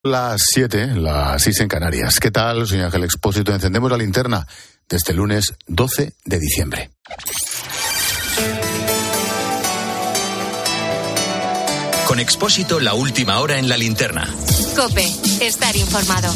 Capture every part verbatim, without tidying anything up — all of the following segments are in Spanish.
Las siete, las seis en Canarias. ¿Qué tal? Soy Ángel Expósito. Encendemos la linterna de este lunes doce de diciembre. Con Expósito, la última hora en la linterna. COPE, estar informado.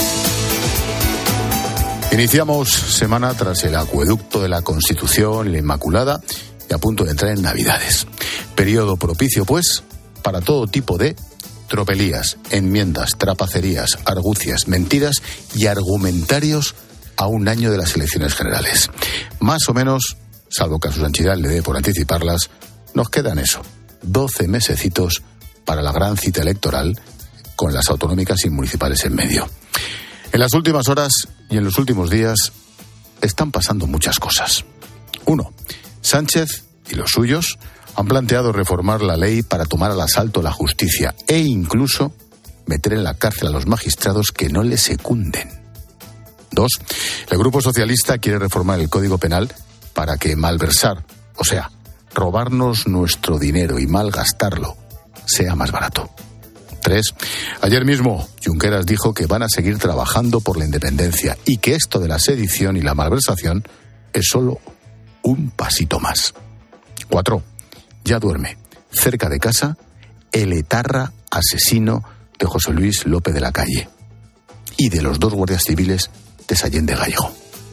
Iniciamos semana tras el acueducto de la Constitución, la Inmaculada, y a punto de entrar en Navidades. Periodo propicio, pues, para todo tipo de tropelías, enmiendas, trapacerías, argucias, mentiras y argumentarios a un año de las elecciones generales. Más o menos, salvo que a su santidad le dé por anticiparlas, nos quedan eso, doce mesecitos para la gran cita electoral con las autonómicas y municipales en medio. En las últimas horas y en los últimos días están pasando muchas cosas. Uno, Sánchez y los suyos han planteado reformar la ley para tomar al asalto la justicia e incluso meter en la cárcel a los magistrados que no le secunden. Dos, el Grupo Socialista quiere reformar el Código Penal para que malversar, o sea, robarnos nuestro dinero y malgastarlo, sea más barato. Tres, ayer mismo Junqueras dijo que van a seguir trabajando por la independencia y que esto de la sedición y la malversación es solo un pasito más. Cuatro, ya duerme, cerca de casa, el etarra asesino de José Luis López de la Calle y de los dos guardias civiles de Sallén de Gállego.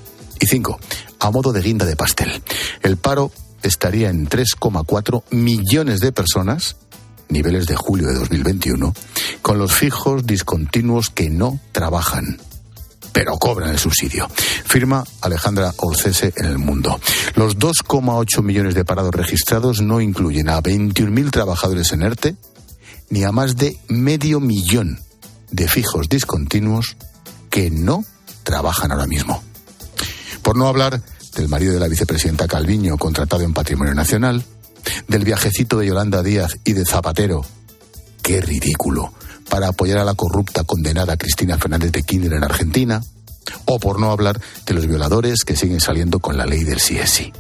Y cinco, a modo de guinda de pastel, el paro estaría en tres coma cuatro millones de personas, niveles de julio de dos mil veintiuno, con los fijos discontinuos que no trabajan, pero cobran el subsidio. Firma Alejandra Orcese en El Mundo. Los dos coma ocho millones de parados registrados no incluyen a veintiún mil trabajadores en ERTE, ni a más de medio millón de fijos discontinuos que no trabajan ahora mismo. Por no hablar del marido de la vicepresidenta Calviño, contratado en Patrimonio Nacional, del viajecito de Yolanda Díaz y de Zapatero, ¡qué ridículo!, para apoyar a la corrupta condenada Cristina Fernández de Kirchner en Argentina, o por no hablar de los violadores que siguen saliendo con la ley del sí es sí.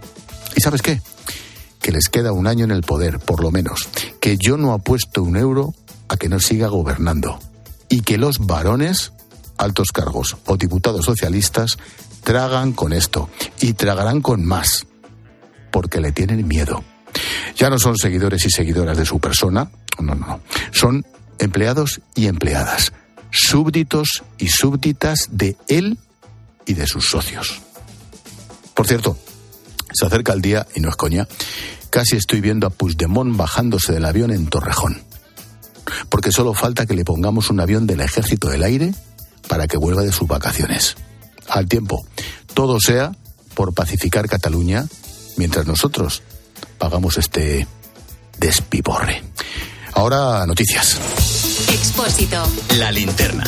¿Y sabes qué? Que les queda un año en el poder, por lo menos, que yo no apuesto un euro a que no siga gobernando, y que los varones, altos cargos o diputados socialistas, tragan con esto, y tragarán con más, porque le tienen miedo. Ya no son seguidores y seguidoras de su persona, no, no, no, son empleados y empleadas, súbditos y súbditas de él y de sus socios. Por cierto, se acerca el día, y no es coña, casi estoy viendo a Puigdemont bajándose del avión en Torrejón, porque solo falta que le pongamos un avión del Ejército del Aire para que vuelva de sus vacaciones. Al tiempo, todo sea por pacificar Cataluña, mientras nosotros pagamos este despiporre. Ahora, noticias. Expósito. La linterna.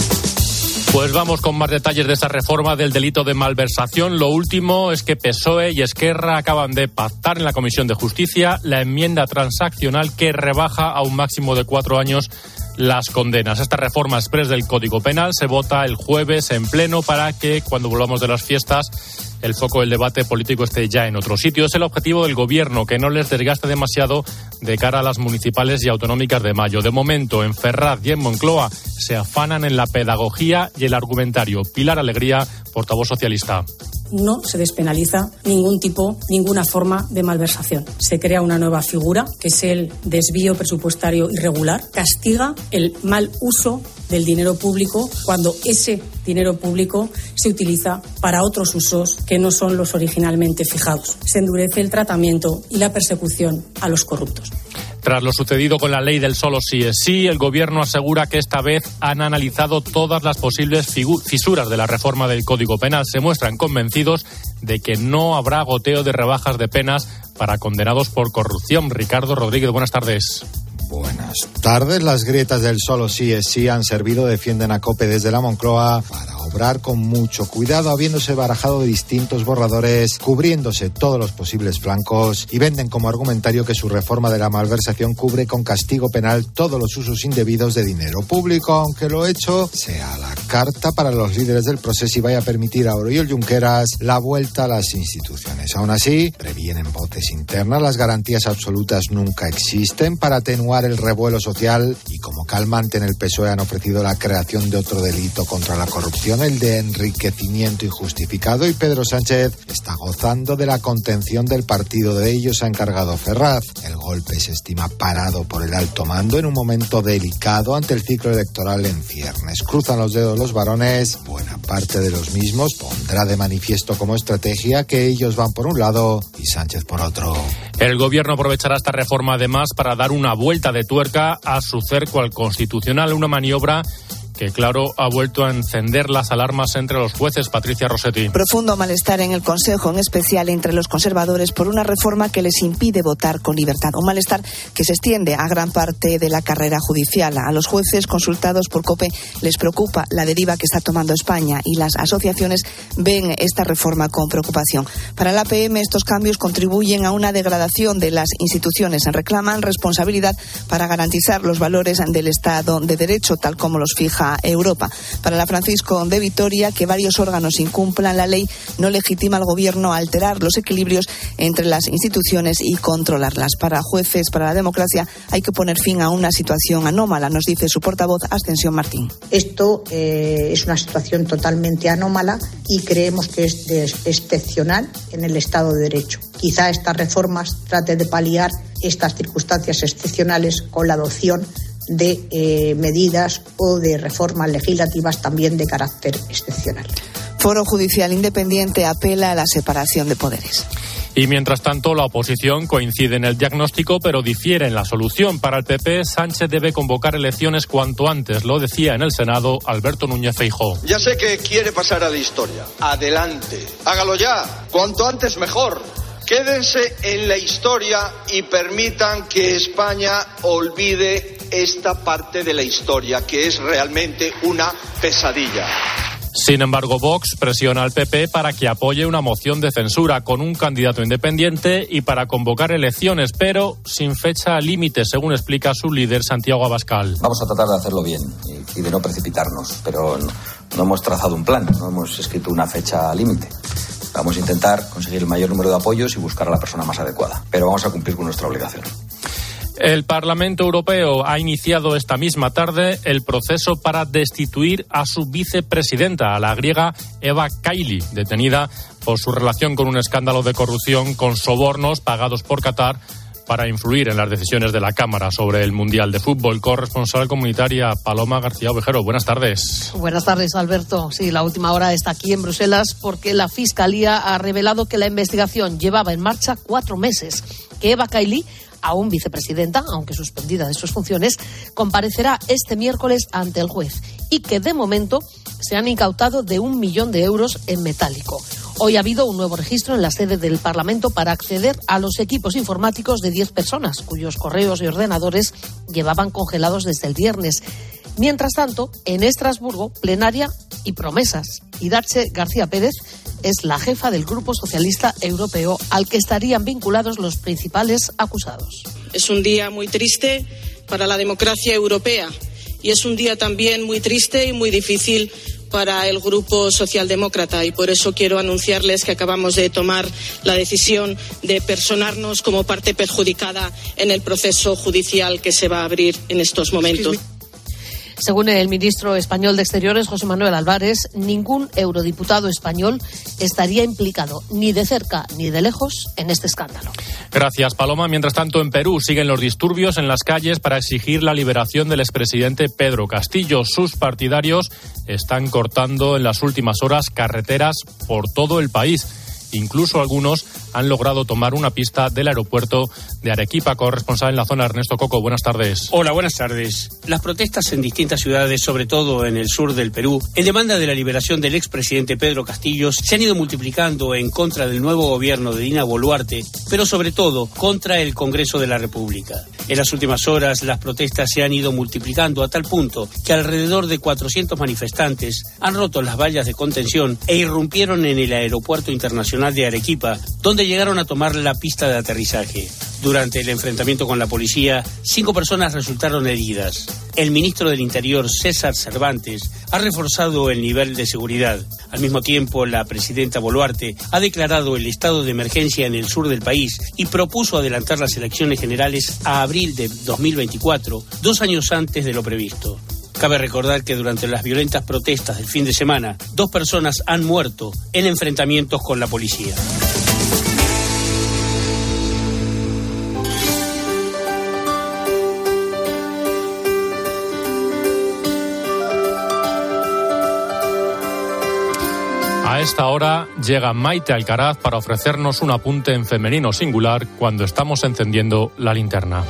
Pues vamos con más detalles de esta reforma del delito de malversación. Lo último es que P S O E y Esquerra acaban de pactar en la Comisión de Justicia la enmienda transaccional que rebaja a un máximo de cuatro años las condenas. Esta reforma exprés del Código Penal se vota el jueves en pleno para que, cuando volvamos de las fiestas, el foco del debate político esté ya en otro sitio. Es el objetivo del Gobierno, que no les desgaste demasiado de cara a las municipales y autonómicas de mayo. De momento, en Ferraz y en Moncloa se afanan en la pedagogía y el argumentario. Pilar Alegría, portavoz socialista. No se despenaliza ningún tipo, ninguna forma de malversación. Se crea una nueva figura, que es el desvío presupuestario irregular. Castiga el mal uso del dinero público cuando ese dinero público se utiliza para otros usos que no son los originalmente fijados. Se endurece el tratamiento y la persecución a los corruptos. Tras lo sucedido con la ley del solo sí es sí, el Gobierno asegura que esta vez han analizado todas las posibles figu- fisuras de la reforma del Código Penal. Se muestran convencidos de que no habrá goteo de rebajas de penas para condenados por corrupción. Ricardo Rodríguez, buenas tardes. Buenas tardes. Las grietas del solo sí es sí han servido, defienden a COPE desde la Moncloa, para obrar con mucho cuidado, habiéndose barajado de distintos borradores, cubriéndose todos los posibles flancos, y venden como argumentario que su reforma de la malversación cubre con castigo penal todos los usos indebidos de dinero público, aunque lo hecho sea la carta para los líderes del proceso y vaya a permitir a Oriol Junqueras la vuelta a las instituciones. Aún así, previenen voces internas, las garantías absolutas nunca existen para atenuar el revuelo social, y como calmante en el P S O E han ofrecido la creación de otro delito contra la corrupción, el de enriquecimiento injustificado, y Pedro Sánchez está gozando de la contención del partido. De ello se ha encargado Ferraz. El golpe se estima parado por el alto mando en un momento delicado ante el ciclo electoral en ciernes. Cruzan los dedos los varones. Buena parte de los mismos pondrá de manifiesto como estrategia que ellos van por un lado y Sánchez por otro. El gobierno aprovechará esta reforma además para dar una vuelta de tuerca a su cerco al Constitucional, una maniobra que, claro, ha vuelto a encender las alarmas entre los jueces. Patricia Rossetti. Profundo malestar en el Consejo, en especial entre los conservadores, por una reforma que les impide votar con libertad. Un malestar que se extiende a gran parte de la carrera judicial. A los jueces consultados por COPE les preocupa la deriva que está tomando España, y las asociaciones ven esta reforma con preocupación. Para la A P M, estos cambios contribuyen a una degradación de las instituciones. Reclaman responsabilidad para garantizar los valores del Estado de Derecho, tal como los fija Europa. Para la Francisco de Vitoria, que varios órganos incumplan la ley no legitima al gobierno a alterar los equilibrios entre las instituciones y controlarlas. Para jueces, para la democracia, hay que poner fin a una situación anómala, nos dice su portavoz, Ascensión Martín. Esto eh, es una situación totalmente anómala y creemos que es de, excepcional en el Estado de Derecho. Quizá estas reformas traten de paliar estas circunstancias excepcionales con la adopción de eh, medidas o de reformas legislativas también de carácter excepcional. Foro Judicial Independiente apela a la separación de poderes. Y mientras tanto, la oposición coincide en el diagnóstico, pero difiere en la solución. Para el P P, Sánchez debe convocar elecciones cuanto antes. Lo decía en el Senado Alberto Núñez Feijóo. Ya sé que quiere pasar a la historia. Adelante. Hágalo ya. Cuanto antes mejor. Quédense en la historia y permitan que España olvide esta parte de la historia, que es realmente una pesadilla. Sin embargo, Vox presiona al P P para que apoye una moción de censura con un candidato independiente y para convocar elecciones, pero sin fecha límite, según explica su líder Santiago Abascal. Vamos a tratar de hacerlo bien y de no precipitarnos, pero no, no hemos trazado un plan, no hemos escrito una fecha límite. Vamos a intentar conseguir el mayor número de apoyos y buscar a la persona más adecuada, pero vamos a cumplir con nuestra obligación. El Parlamento Europeo ha iniciado esta misma tarde el proceso para destituir a su vicepresidenta, a la griega Eva Kaili, detenida por su relación con un escándalo de corrupción con sobornos pagados por Qatar para influir en las decisiones de la Cámara sobre el Mundial de Fútbol. Corresponsal comunitaria Paloma García Ovejero, buenas tardes. Buenas tardes, Alberto. Sí, la última hora está aquí en Bruselas porque la Fiscalía ha revelado que la investigación llevaba en marcha cuatro meses, que Eva Kaili, aún vicepresidenta, aunque suspendida de sus funciones, comparecerá este miércoles ante el juez y que de momento se han incautado de un millón de euros en metálico. Hoy ha habido un nuevo registro en la sede del Parlamento para acceder a los equipos informáticos de diez personas, cuyos correos y ordenadores llevaban congelados desde el viernes. Mientras tanto, en Estrasburgo, plenaria y promesas. Iratxe García Pérez es la jefa del Grupo Socialista Europeo, al que estarían vinculados los principales acusados. Es un día muy triste para la democracia europea y es un día también muy triste y muy difícil para el Grupo Socialdemócrata, y por eso quiero anunciarles que acabamos de tomar la decisión de personarnos como parte perjudicada en el proceso judicial que se va a abrir en estos momentos. Según el ministro español de Exteriores, José Manuel Álvarez, ningún eurodiputado español estaría implicado ni de cerca ni de lejos en este escándalo. Gracias, Paloma. Mientras tanto, en Perú siguen los disturbios en las calles para exigir la liberación del expresidente Pedro Castillo. Sus partidarios están cortando en las últimas horas carreteras por todo el país. Incluso algunos han logrado tomar una pista del aeropuerto de Arequipa. Corresponsal en la zona, Ernesto Coco. Buenas tardes. Hola, buenas tardes. Las protestas en distintas ciudades, sobre todo en el sur del Perú, en demanda de la liberación del expresidente Pedro Castillo, se han ido multiplicando en contra del nuevo gobierno de Dina Boluarte, pero sobre todo contra el Congreso de la República. En las últimas horas, las protestas se han ido multiplicando a tal punto que alrededor de cuatrocientos manifestantes han roto las vallas de contención e irrumpieron en el aeropuerto internacional de Arequipa, donde llegaron a tomar la pista de aterrizaje. Durante el enfrentamiento con la policía, cinco personas resultaron heridas. El ministro del Interior, César Cervantes, ha reforzado el nivel de seguridad. Al mismo tiempo, la presidenta Boluarte ha declarado el estado de emergencia en el sur del país y propuso adelantar las elecciones generales a abril de dos mil veinticuatro, dos años antes de lo previsto. Cabe recordar que durante las violentas protestas del fin de semana, dos personas han muerto en enfrentamientos con la policía. A esta hora llega Maite Alcaraz para ofrecernos un apunte en femenino singular cuando estamos encendiendo la linterna.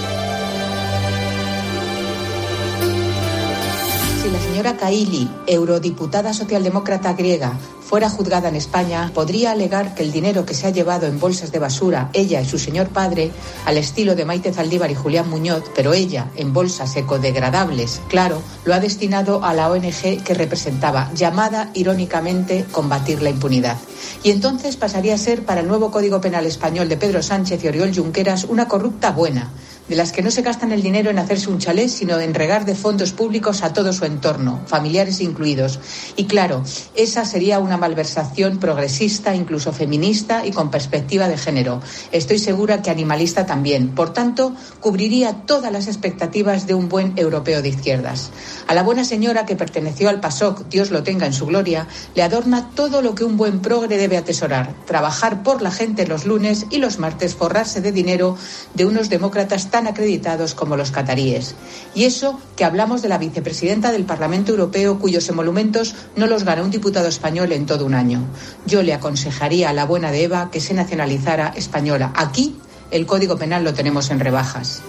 Si la señora Kaili, eurodiputada socialdemócrata griega, fuera juzgada en España, podría alegar que el dinero que se ha llevado en bolsas de basura, ella y su señor padre, al estilo de Maite Zaldívar y Julián Muñoz, pero ella en bolsas ecodegradables, claro, lo ha destinado a la O N G que representaba, llamada irónicamente Combatir la Impunidad. Y entonces pasaría a ser para el nuevo Código Penal español de Pedro Sánchez y Oriol Junqueras una corrupta buena, de las que no se gastan el dinero en hacerse un chalet, sino en regar de fondos públicos a todo su entorno, familiares incluidos. Y claro, esa sería una malversación progresista, incluso feminista y con perspectiva de género. Estoy segura que animalista también. Por tanto, cubriría todas las expectativas de un buen europeo de izquierdas. A la buena señora que perteneció al PASOK, Dios lo tenga en su gloria, le adorna todo lo que un buen progre debe atesorar: trabajar por la gente los lunes y los martes forrarse de dinero de unos demócratas tan acreditados como los cataríes. Y eso que hablamos de la vicepresidenta del Parlamento Europeo, cuyos emolumentos no los gana un diputado español en todo un año. Yo le aconsejaría a la buena de Eva que se nacionalizara española. Aquí el Código Penal lo tenemos en rebajas.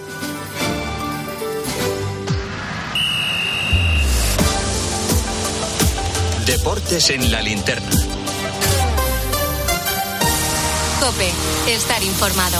Deportes en la linterna. COPE, estar informado.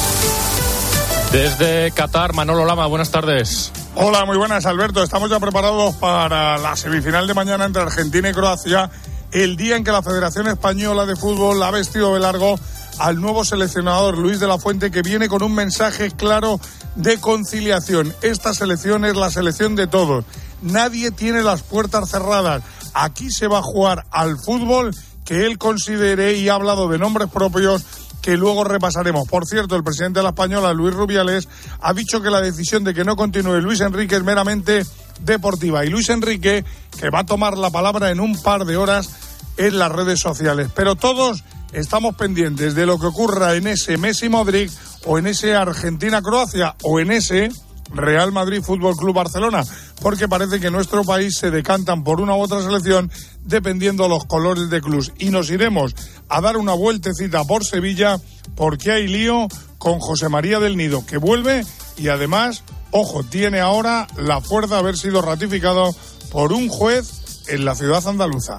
Desde Qatar, Manolo Lama, buenas tardes. Hola, muy buenas, Alberto. Estamos ya preparados para la semifinal de mañana entre Argentina y Croacia, el día en que la Federación Española de Fútbol ha vestido de largo al nuevo seleccionador Luis de la Fuente, que viene con un mensaje claro de conciliación. Esta selección es la selección de todos. Nadie tiene las puertas cerradas. Aquí se va a jugar al fútbol que él considere, y ha hablado de nombres propios que luego repasaremos. Por cierto, el presidente de la Española, Luis Rubiales, ha dicho que la decisión de que no continúe Luis Enrique es meramente deportiva. Y Luis Enrique, que va a tomar la palabra en un par de horas en las redes sociales. Pero todos estamos pendientes de lo que ocurra en ese Messi-Modric, o en ese Argentina-Croacia, o en ese Real Madrid Fútbol Club Barcelona, porque parece que en nuestro país se decantan por una u otra selección dependiendo los colores de clubs. Y nos iremos a dar una vueltecita por Sevilla, porque hay lío con José María del Nido, que vuelve y además, ojo, tiene ahora la fuerza de haber sido ratificado por un juez en la ciudad andaluza.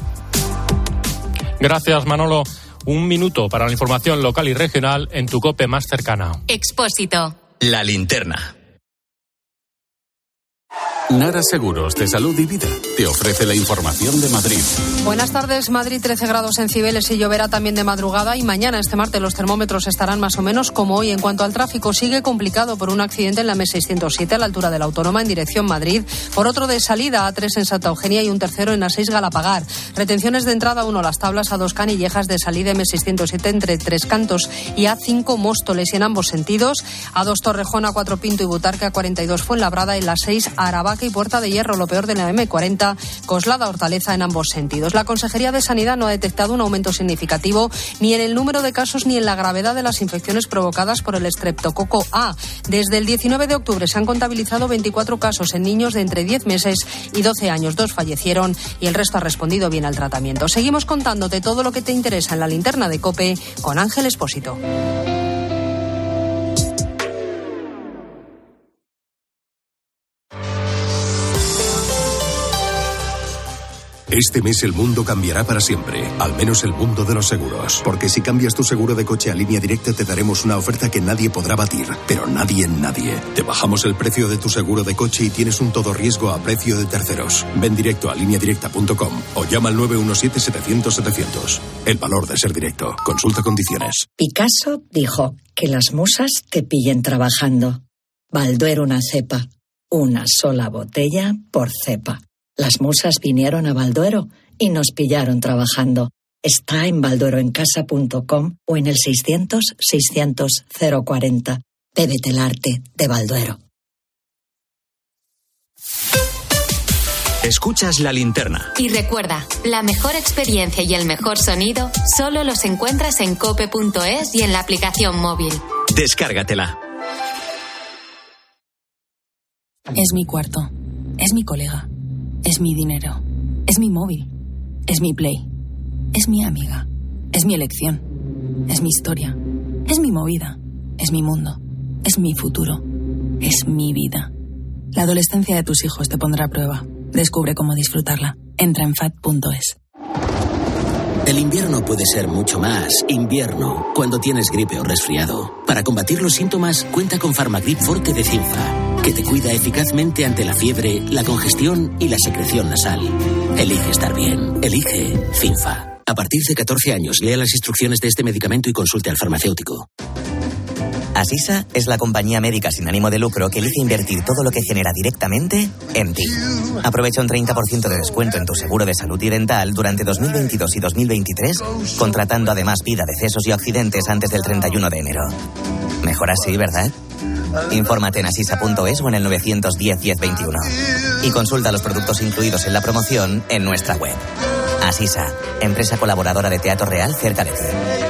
Gracias, Manolo. Un minuto para la información local y regional en tu COPE más cercana. Expósito. La linterna. Nara Seguros de Salud y Vida te ofrece la información de Madrid. Buenas tardes. Madrid, trece grados en Cibeles y lloverá también de madrugada. Y mañana, este martes, los termómetros estarán más o menos como hoy. En cuanto al tráfico, sigue complicado por un accidente en la M seiscientos siete a la altura de la Autónoma en dirección Madrid. Por otro de salida, A tres en Santa Eugenia y un tercero en A seis Galapagar. Retenciones de entrada uno, Las Tablas, A dos Canillejas, de salida M seiscientos siete entre Tres Cantos y A cinco Móstoles, y en ambos sentidos. A dos Torrejón, A cuatro Pinto y Butarque, A cuarenta y dos Fuenlabrada y la seis Aravaca y Puerta de Hierro. Lo peor de la M cuarenta, Coslada Hortaleza, en ambos sentidos. La Consejería de Sanidad no ha detectado un aumento significativo ni en el número de casos ni en la gravedad de las infecciones provocadas por el estreptococo A. Desde el diecinueve de octubre se han contabilizado veinticuatro casos en niños de entre diez meses y doce años. Dos fallecieron y el resto ha respondido bien al tratamiento. Seguimos contándote todo lo que te interesa en la linterna de COPE con Ángel Expósito. Este mes el mundo cambiará para siempre, al menos el mundo de los seguros. Porque si cambias tu seguro de coche a Línea Directa te daremos una oferta que nadie podrá batir. Pero nadie en nadie. Te bajamos el precio de tu seguro de coche y tienes un todo riesgo a precio de terceros. Ven directo a línea directa punto com o llama al nueve uno siete setecientos setecientos. El valor de ser directo. Consulta condiciones. Picasso dijo que las musas te pillen trabajando. Balduero una cepa. Una sola botella por cepa. Las musas vinieron a Balduero y nos pillaron trabajando. Está en balduero en casa punto com o en el seiscientos seiscientos cero cuarenta. Bébete el arte de Balduero. Escuchas La Linterna. Y recuerda, la mejor experiencia y el mejor sonido solo los encuentras en cope punto es y en la aplicación móvil. Descárgatela. Es mi cuarto. Es mi colega. Es mi dinero. Es mi móvil. Es mi Play. Es mi amiga. Es mi elección. Es mi historia. Es mi movida. Es mi mundo. Es mi futuro. Es mi vida. La adolescencia de tus hijos te pondrá a prueba. Descubre cómo disfrutarla. Entra en fat punto es. El invierno puede ser mucho más invierno cuando tienes gripe o resfriado. Para combatir los síntomas, cuenta con Farmagrip Forte de Cinfa, que te cuida eficazmente ante la fiebre, la congestión y la secreción nasal. Elige estar bien. Elige Cinfa. A partir de catorce años, lea las instrucciones de este medicamento y consulte al farmacéutico. Asisa es la compañía médica sin ánimo de lucro que elige invertir todo lo que genera directamente en ti. Aprovecha un treinta por ciento de descuento en tu seguro de salud y dental durante dos mil veintidós y dos mil veintitrés, contratando además vida, decesos y accidentes antes del treinta y uno de enero. Mejor así, ¿verdad? Infórmate en asisa punto es o en el nueve diez, diez veintiuno. Y consulta los productos incluidos en la promoción en nuestra web. Asisa, empresa colaboradora de Teatro Real cerca de ti.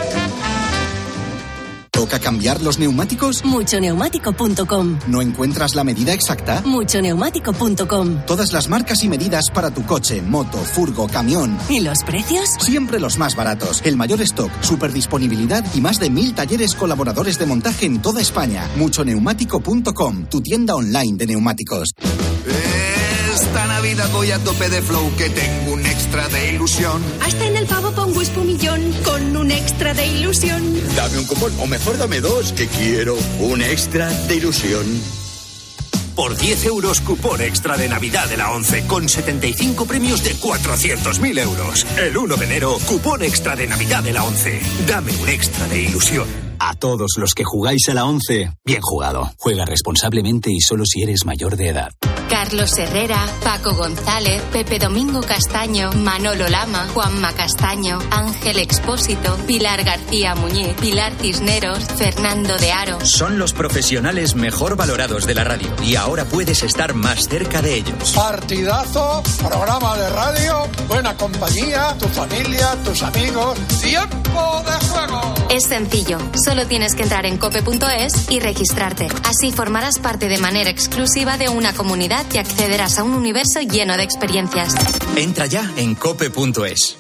¿Toca cambiar los neumáticos? mucho neumático punto com. ¿No encuentras la medida exacta? mucho neumático punto com. Todas las marcas y medidas para tu coche, moto, furgo, camión. ¿Y los precios? Siempre los más baratos. El mayor stock, superdisponibilidad y más de mil talleres colaboradores de montaje en toda España. mucho neumático punto com, tu tienda online de neumáticos. Esta Navidad voy a tope de flow, que tengo un extra de ilusión. Hasta en el pavo pongo espumillón con un extra de ilusión. Dame un cupón, o mejor dame dos, que quiero un extra de ilusión. Por diez euros, cupón extra de Navidad de la ONCE, con setenta y cinco premios de cuatrocientos mil euros. El uno de enero, cupón extra de Navidad de la ONCE. Dame un extra de ilusión. A todos los que jugáis a la ONCE, bien jugado. Juega responsablemente y solo si eres mayor de edad. Carlos Herrera, Paco González, Pepe Domingo Castaño, Manolo Lama, Juanma Castaño, Ángel Expósito, Pilar García Muñiz, Pilar Cisneros, Fernando de Aro. Son los profesionales mejor valorados de la radio y ahora puedes estar más cerca de ellos. Partidazo, programa de radio, buena compañía, tu familia, tus amigos. ¡Tiempo de juego! Es sencillo, solo tienes que entrar en cope punto es y registrarte. Así formarás parte de manera exclusiva de una comunidad y accederás a un universo lleno de experiencias. Entra ya en cope punto es.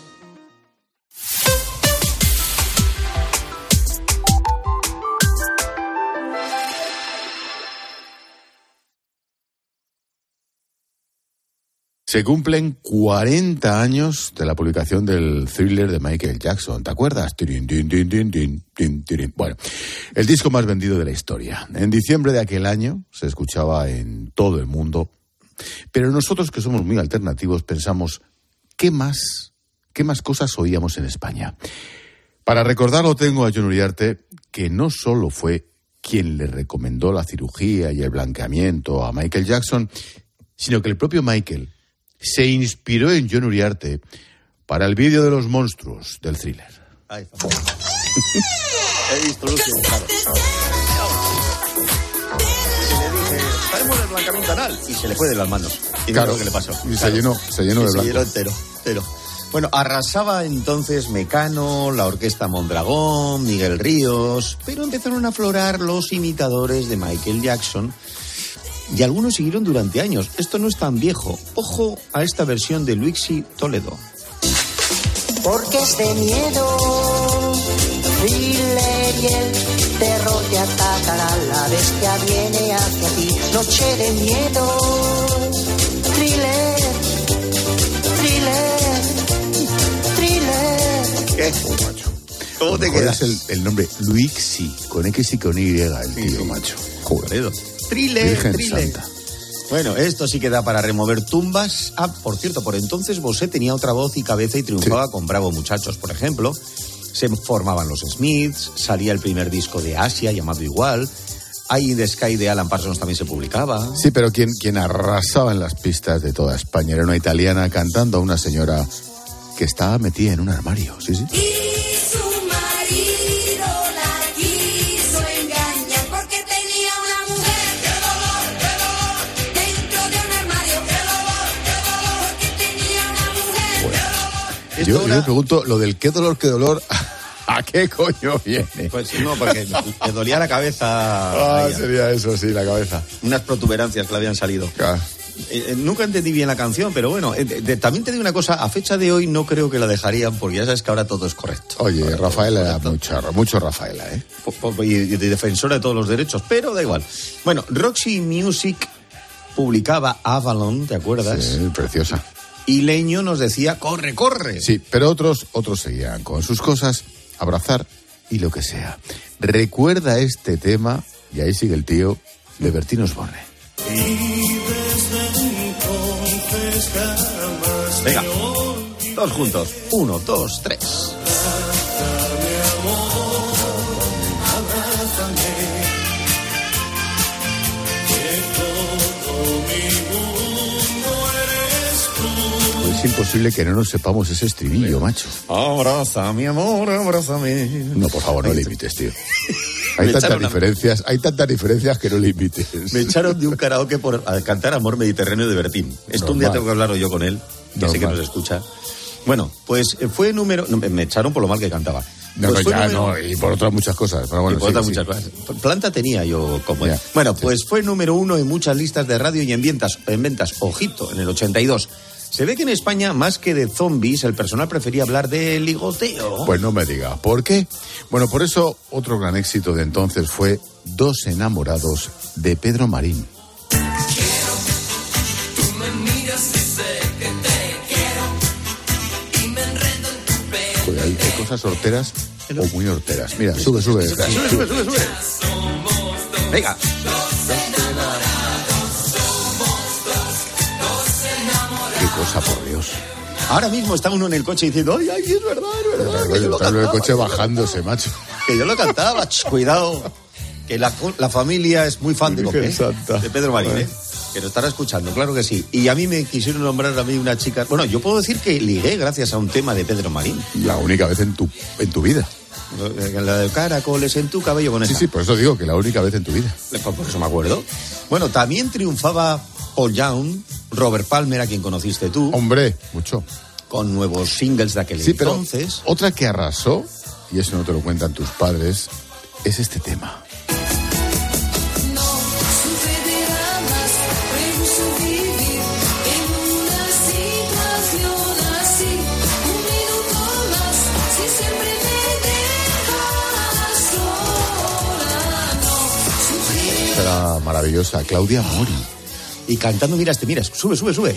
Se cumplen cuarenta años de la publicación del Thriller de Michael Jackson. ¿Te acuerdas? Tirin, tin, tin, tin, tin, tin, tin. Bueno, el disco más vendido de la historia. En diciembre de aquel año se escuchaba en todo el mundo. Pero nosotros, que somos muy alternativos, pensamos, ¿qué más, qué más cosas oíamos en España? Para recordarlo tengo a Jon Uriarte, que no solo fue quien le recomendó la cirugía y el blanqueamiento a Michael Jackson, sino que el propio Michael se inspiró en Jon Uriarte para el vídeo de los monstruos del Thriller. Ay, he visto Lucio, claro. Y le dije, traemos el blanqueamiento anal, y se le fue de las manos. Y claro, lo que le pasó. Y claro. se llenó, se llenó y de blanco. Se llenó entero, entero. Bueno, arrasaba entonces Mecano, la Orquesta Mondragón, Miguel Ríos, pero empezaron a aflorar los imitadores de Michael Jackson. Y algunos siguieron durante años. Esto no es tan viejo. Ojo a esta versión de Luigi Toledo. Porque es de miedo, thriller y el terror te atacará. La bestia viene hacia ti. Noche de miedo, thriller, thriller. te mejor quedas? es el, el nombre Luixi, con X y con Y, el tío, sí, macho. Joder. Trile, Virgen trile. Santa. Bueno, esto sí que da para remover tumbas. Ah, por cierto, por entonces Bosé tenía otra voz y cabeza y triunfaba sí. con Bravo Muchachos, por ejemplo. Se formaban los Smiths, salía el primer disco de Asia, llamado igual. Eye in the Sky de Alan Parsons también se publicaba. Sí, pero quien, quien arrasaba en las pistas de toda España era una italiana cantando a una señora que estaba metida en un armario, sí, sí. Y su marido la quiso engañar porque tenía una mujer. ¡Qué dolor, qué dolor! Dentro de un armario. ¡Qué dolor, qué dolor! Porque tenía una mujer. Bueno, ¡Qué dolor! yo, yo me pregunto, lo del qué dolor, qué dolor... ¿A qué coño viene? Pues no, porque le dolía la cabeza. Ah, sería eso, sí, la cabeza. Unas protuberancias que le habían salido. Claro. Eh, nunca entendí bien la canción, pero bueno, eh, de, también te digo una cosa, a fecha de hoy no creo que la dejarían, porque ya sabes que ahora todo es correcto. Oye, ahora Rafaela era mucho, mucho Rafaela, ¿eh? Y, y de defensora de todos los derechos, pero da igual. Bueno, Roxy Music publicaba Avalon, ¿te acuerdas? Sí, preciosa. Y Leño nos decía, corre, corre. Sí, pero otros, otros seguían con sus cosas, abrazar y lo que sea. Recuerda este tema, y ahí sigue el tío, de Bertín Osborne. Venga, todos juntos. Uno, dos, tres. Es imposible que no nos sepamos ese estribillo, macho. Abraza, mi amor, abrázame. No, por favor, no le imites, tío. Hay tantas diferencias, hay tantas diferencias que no le imites. Me echaron de un karaoke por cantar Amor Mediterráneo de Bertín. Esto Normal. Un día tengo que hablarlo yo con él, que Normal. Sé que nos escucha. Bueno, pues fue número... No, me echaron por lo mal que cantaba. No, pues no, ya número... no, y por otras muchas cosas. Pero bueno, y por sí, otras sí. muchas cosas. Planta tenía yo como él. Bueno, pues fue número uno en muchas listas de radio y en ventas, en ventas, ojito, en el ochenta y dos. Se ve que en España, más que de zombies, el personal prefería hablar de ligoteo. Pues no me diga. ¿Por qué? Bueno, por eso otro gran éxito de entonces fue Dos enamorados de Pedro Marín. Pues hay, hay cosas horteras o muy horteras. Mira, sube, sube. Sube, sube, sube, sube. sube. Venga. Qué cosa, por Dios. Ahora mismo está uno en el coche diciendo, ay, ay, es verdad, es verdad. Que yo está en el coche bajándose, macho. Que yo lo cantaba, ch, cuidado. Que la, la familia es muy fan de lo que es, de Pedro Marín, ¿eh? Que lo estará escuchando, claro que sí. Y a mí me quisieron nombrar a mí una chica... Bueno, yo puedo decir que ligué gracias a un tema de Pedro Marín. La única vez en tu, en tu vida. La de caracoles en tu cabello con esa. Sí, sí, por eso digo que la única vez en tu vida. Por eso me acuerdo. Bueno, también triunfaba Paul Young, Robert Palmer, a quien conociste tú. Hombre, mucho. Con nuevos singles de aquel sí, entonces. Pero otra que arrasó, y eso no te lo cuentan tus padres, es este tema. Era maravillosa, Claudia Mori. Y cantando, mira, este, mira, sube, sube, sube.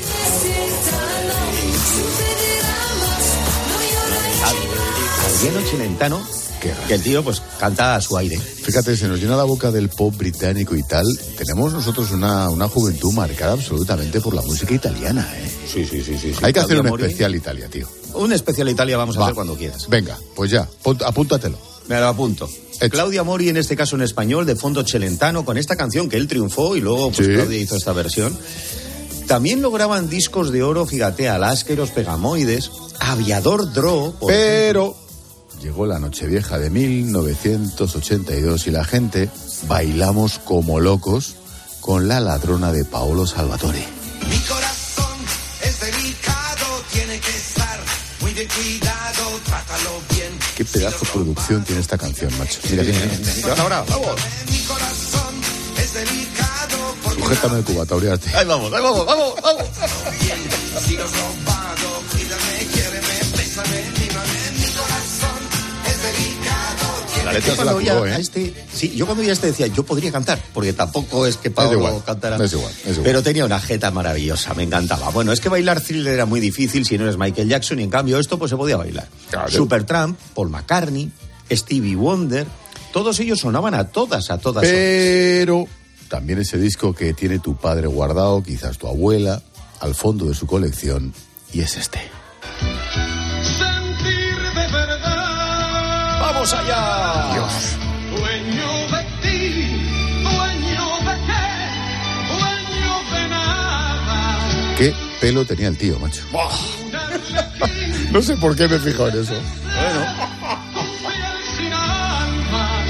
Adriano Celentano, que el tío pues canta a su aire. Fíjate, se nos llena la boca del pop británico y tal. Tenemos nosotros una, una juventud marcada absolutamente por la música italiana, ¿eh? Sí, sí, sí, sí. Hay sí. que Claudia hacer un Mori. especial Italia, tío. Un especial Italia vamos a Va. hacer cuando quieras. Venga, pues ya, apúntatelo. Me lo apunto. Hecho. Claudia Mori, en este caso en español, de fondo Celentano, con esta canción que él triunfó y luego pues sí. Claudia hizo esta versión. También lograban discos de oro, fíjate, Alásqueros, Pegamoides, Aviador Dro. Pero llegó la Nochevieja de mil novecientos ochenta y dos y la gente bailamos como locos con La ladrona de Paolo Salvatore. Mi corazón es delicado, tiene que estar muy de cuidado, trátalo bien. Qué pedazo de producción tiene esta canción, macho. Mira, mira, mira, mira. Ahora, vamos. Mi corazón es delicado. Sujétame el cubata, Uriarte. Ahí vamos, ahí vamos, vamos, vamos. Sigo robado, cuídame, quiéreme, bésame, mírame. Mi corazón es delicado. La letra se la jugó, ¿eh? Este, sí, yo cuando ya este decía, yo podría cantar, porque tampoco es que Pablo es igual, cantara. Es igual, es igual. Pero tenía una jeta maravillosa, me encantaba. Bueno, es que bailar Thriller era muy difícil si no eres Michael Jackson, y en cambio esto pues se podía bailar. Claro. Supertramp, Paul McCartney, Stevie Wonder, todos ellos sonaban a todas, a todas. Pero también ese disco que tiene tu padre guardado, quizás tu abuela, al fondo de su colección, y es este. Sentir de verdad. ¡Vamos allá! Dios. Dueño de ti, dueño de qué, dueño de nada. ¿Qué pelo tenía el tío, macho? No sé por qué me he fijado en eso. Bueno. Sin alma,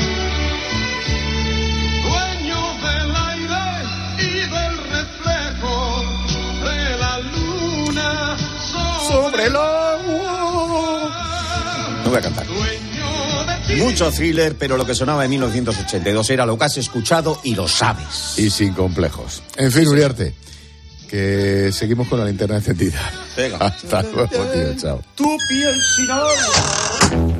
dueño del aire y del reflejo de la luna Sobre el agua. No voy a cantar. Mucho thriller, pero lo que sonaba en mil novecientos ochenta y dos era lo que has escuchado y lo sabes. Y sin complejos. En fin, Uriarte, que seguimos con la linterna encendida. Venga. Hasta luego, tío. Chao. Tu piel sin alma.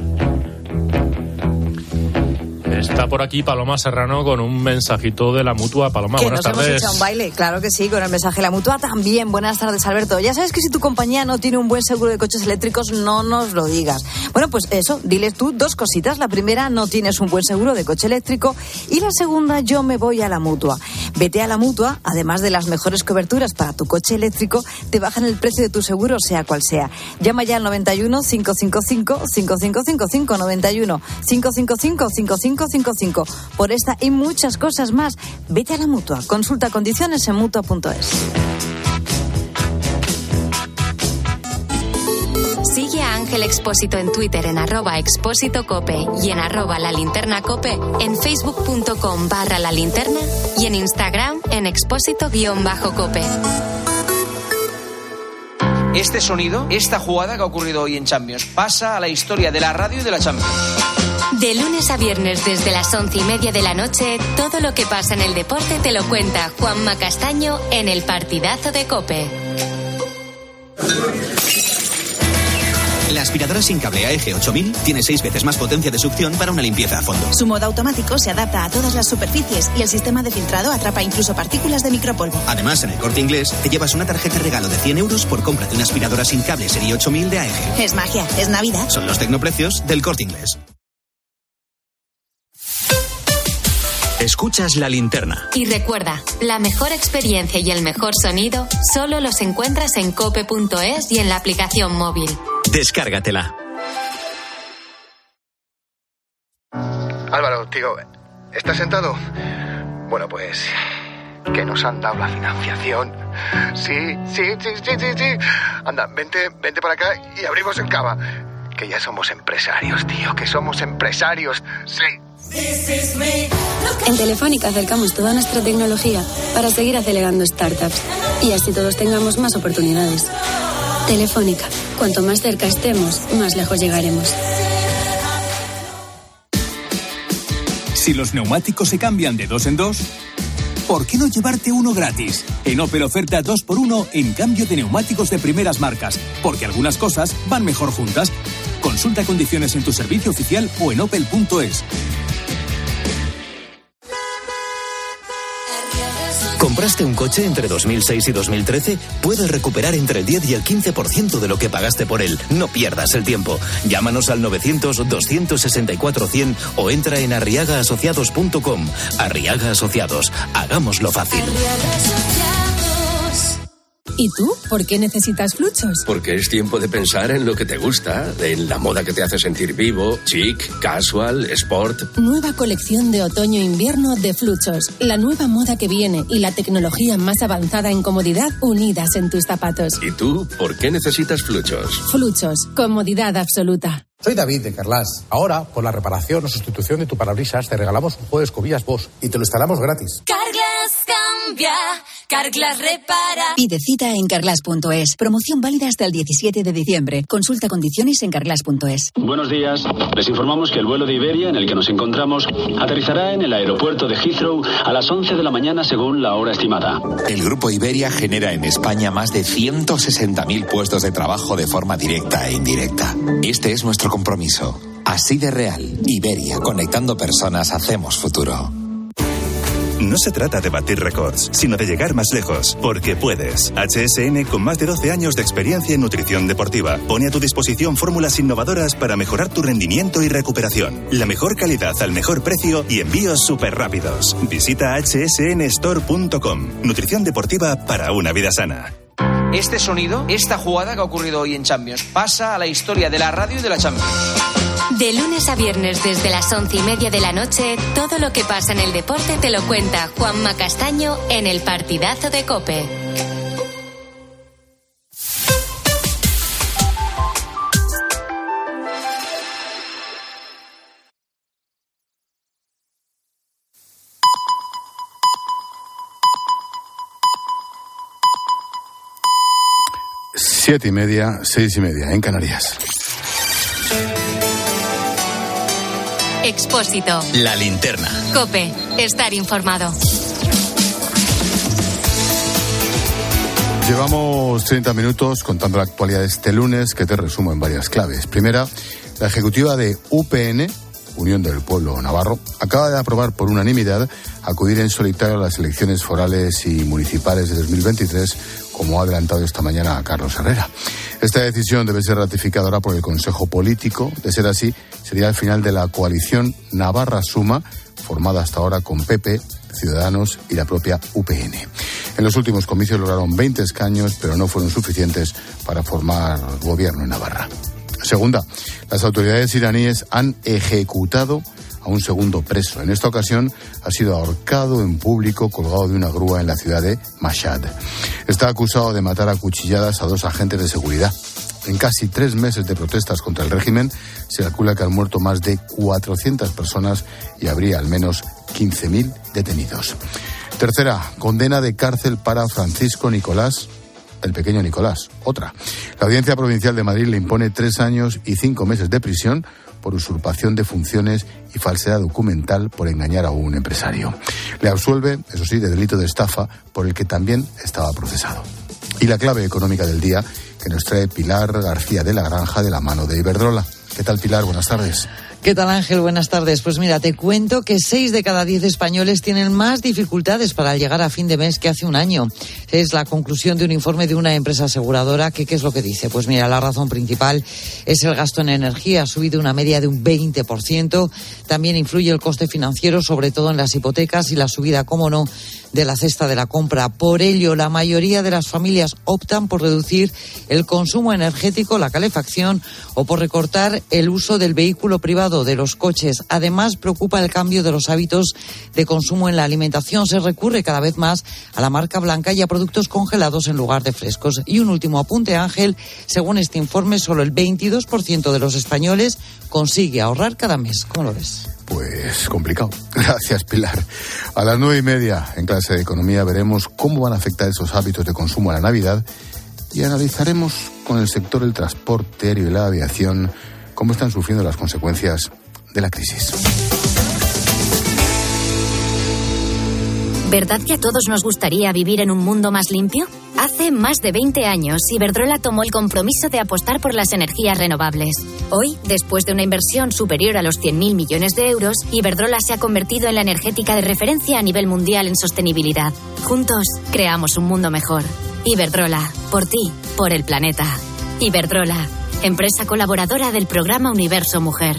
Está por aquí Paloma Serrano con un mensajito de la Mutua. Paloma, que buenas nos tardes. hemos echado un baile, claro que sí, con el mensaje de la Mutua también. Buenas tardes, Alberto. Ya sabes que si tu compañía no tiene un buen seguro de coches eléctricos, no nos lo digas. Bueno, pues eso, diles tú dos cositas. La primera, no tienes un buen seguro de coche eléctrico. Y la segunda, yo me voy a la Mutua. Vete a la Mutua, además de las mejores coberturas para tu coche eléctrico, te bajan el precio de tu seguro, sea cual sea. Llama ya al noventa y uno, cinco cinco cinco, cinco cinco cinco cinco, noventa y uno, cinco cinco cinco, cinco cinco cinco cinco. Por esta y muchas cosas más, vete a la Mutua. Consulta condiciones en mutua punto es. Sigue a Ángel Expósito en Twitter en arroba expósito cope y en arroba la linterna cope, en facebook punto com barra la linterna y en Instagram en expósito guión bajo cope. Este sonido, esta jugada que ha ocurrido hoy en Champions, pasa a la historia de la radio y de la Champions. De lunes a viernes desde las once y media de la noche, todo lo que pasa en el deporte te lo cuenta Juanma Castaño en el Partidazo de COPE. La aspiradora sin cable A E G ocho mil tiene seis veces más potencia de succión para una limpieza a fondo. Su modo automático se adapta a todas las superficies y el sistema de filtrado atrapa incluso partículas de micropolvo. Además, en el Corte Inglés te llevas una tarjeta regalo de cien euros por compra de una aspiradora sin cable serie ocho mil de A E G. Es magia, es Navidad. Son los tecnoprecios del Corte Inglés. Escuchas La Linterna. Y recuerda, la mejor experiencia y el mejor sonido solo los encuentras en cope punto es y en la aplicación móvil. Descárgatela. Álvaro, tío, ¿estás sentado? Bueno, pues que nos han dado la financiación. Sí, sí, sí, sí, sí, sí. Anda, vente, vente para acá y abrimos el cava. Que ya somos empresarios, tío, que somos empresarios. Sí. En Telefónica acercamos toda nuestra tecnología para seguir acelerando startups y así todos tengamos más oportunidades. Telefónica, cuanto más cerca estemos, más lejos llegaremos. Si los neumáticos se cambian de dos en dos, ¿por qué no llevarte uno gratis? En Opel oferta dos por uno en cambio de neumáticos de primeras marcas, porque algunas cosas van mejor juntas. Consulta condiciones en tu servicio oficial o en opel punto es. ¿Compraste un coche entre dos mil seis y dos mil trece? Puedes recuperar entre el diez y el quince por ciento de lo que pagaste por él. No pierdas el tiempo. Llámanos al novecientos, doscientos sesenta y cuatro, cien o entra en arriaga asociados punto com. Arriaga Asociados. Hagámoslo fácil. ¿Y tú? ¿Por qué necesitas Fluchos? Porque es tiempo de pensar en lo que te gusta, en la moda que te hace sentir vivo, chic, casual, sport. Nueva colección de otoño-invierno de Fluchos. La nueva moda que viene y la tecnología más avanzada en comodidad unidas en tus zapatos. ¿Y tú? ¿Por qué necesitas Fluchos? Fluchos. Comodidad absoluta. Soy David de Carlas. Ahora, por la reparación o sustitución de tu parabrisas, te regalamos un juego de escobillas Bosch y te lo instalamos gratis. Carglass cambia, Carglass repara. Pide cita en carglass punto es. Promoción válida hasta el diecisiete de diciembre. Consulta condiciones en carglass punto es. Buenos días. Les informamos que el vuelo de Iberia en el que nos encontramos aterrizará en el aeropuerto de Heathrow a las once de la mañana según la hora estimada. El grupo Iberia genera en España más de ciento sesenta mil puestos de trabajo de forma directa e indirecta. Este es nuestro compromiso. Así de real. Iberia, conectando personas, hacemos futuro. No se trata de batir récords, sino de llegar más lejos, porque puedes. H S N, con más de doce años de experiencia en nutrición deportiva, pone a tu disposición fórmulas innovadoras para mejorar tu rendimiento y recuperación. La mejor calidad al mejor precio y envíos súper rápidos. Visita h s n store punto com. Nutrición deportiva para una vida sana. Este sonido, esta jugada que ha ocurrido hoy en Champions, pasa a la historia de la radio y de la Champions. De lunes a viernes desde las once y media de la noche, todo lo que pasa en el deporte te lo cuenta Juanma Castaño en el Partidazo de COPE. Siete y media, seis y media en Canarias. Expósito. La linterna. COPE. Estar informado. Llevamos treinta minutos contando la actualidad de este lunes, que te resumo en varias claves. Primera, la ejecutiva de U P N, Unión del Pueblo Navarro, acaba de aprobar por unanimidad acudir en solitario a las elecciones forales y municipales de dos mil veintitrés, como ha adelantado esta mañana a Carlos Herrera. Esta decisión debe ser ratificada ahora por el Consejo Político. De ser así, sería el final de la coalición Navarra Suma, formada hasta ahora con P P, Ciudadanos y la propia U P N. En los últimos comicios lograron veinte escaños, pero no fueron suficientes para formar gobierno en Navarra. Segunda, las autoridades iraníes han ejecutado a un segundo preso. En esta ocasión ha sido ahorcado en público colgado de una grúa en la ciudad de Mashhad. Está acusado de matar a cuchilladas a dos agentes de seguridad. En casi tres meses de protestas contra el régimen, se calcula que han muerto más de cuatrocientas personas y habría al menos quince mil detenidos. Tercera, condena de cárcel para Francisco Nicolás, el pequeño Nicolás. Otra, la Audiencia Provincial de Madrid le impone tres años y cinco meses de prisión por usurpación de funciones y falsedad documental por engañar a un empresario. Le absuelve, eso sí, de delito de estafa, por el que también estaba procesado. Y la clave económica del día, que nos trae Pilar García de la Granja, de la mano de Iberdrola. ¿Qué tal, Pilar? Buenas tardes. ¿Qué tal, Ángel? Buenas tardes. Pues mira, te cuento que seis de cada diez españoles tienen más dificultades para llegar a fin de mes que hace un año. Es la conclusión de un informe de una empresa aseguradora que, ¿qué es lo que dice? Pues mira, la razón principal es el gasto en energía, ha subido una media de un veinte por ciento. También influye el coste financiero, sobre todo en las hipotecas, y la subida, cómo no, de la cesta de la compra. Por ello, la mayoría de las familias optan por reducir el consumo energético, la calefacción, o por recortar el uso del vehículo privado, de los coches. Además, preocupa el cambio de los hábitos de consumo en la alimentación. Se recurre cada vez más a la marca blanca y a productos congelados en lugar de frescos. Y un último apunte, Ángel. Según este informe, solo el veintidós por ciento de los españoles consigue ahorrar cada mes. ¿Cómo lo ves? Pues complicado. Gracias, Pilar. A las nueve y media, en clase de economía, veremos cómo van a afectar esos hábitos de consumo a la Navidad y analizaremos con el sector del transporte aéreo y la aviación cómo están sufriendo las consecuencias de la crisis. ¿Verdad que a todos nos gustaría vivir en un mundo más limpio? Hace más de veinte años, Iberdrola tomó el compromiso de apostar por las energías renovables. Hoy, después de una inversión superior a los cien mil millones de euros, Iberdrola se ha convertido en la energética de referencia a nivel mundial en sostenibilidad. Juntos, creamos un mundo mejor. Iberdrola, por ti, por el planeta. Iberdrola, empresa colaboradora del programa Universo Mujer.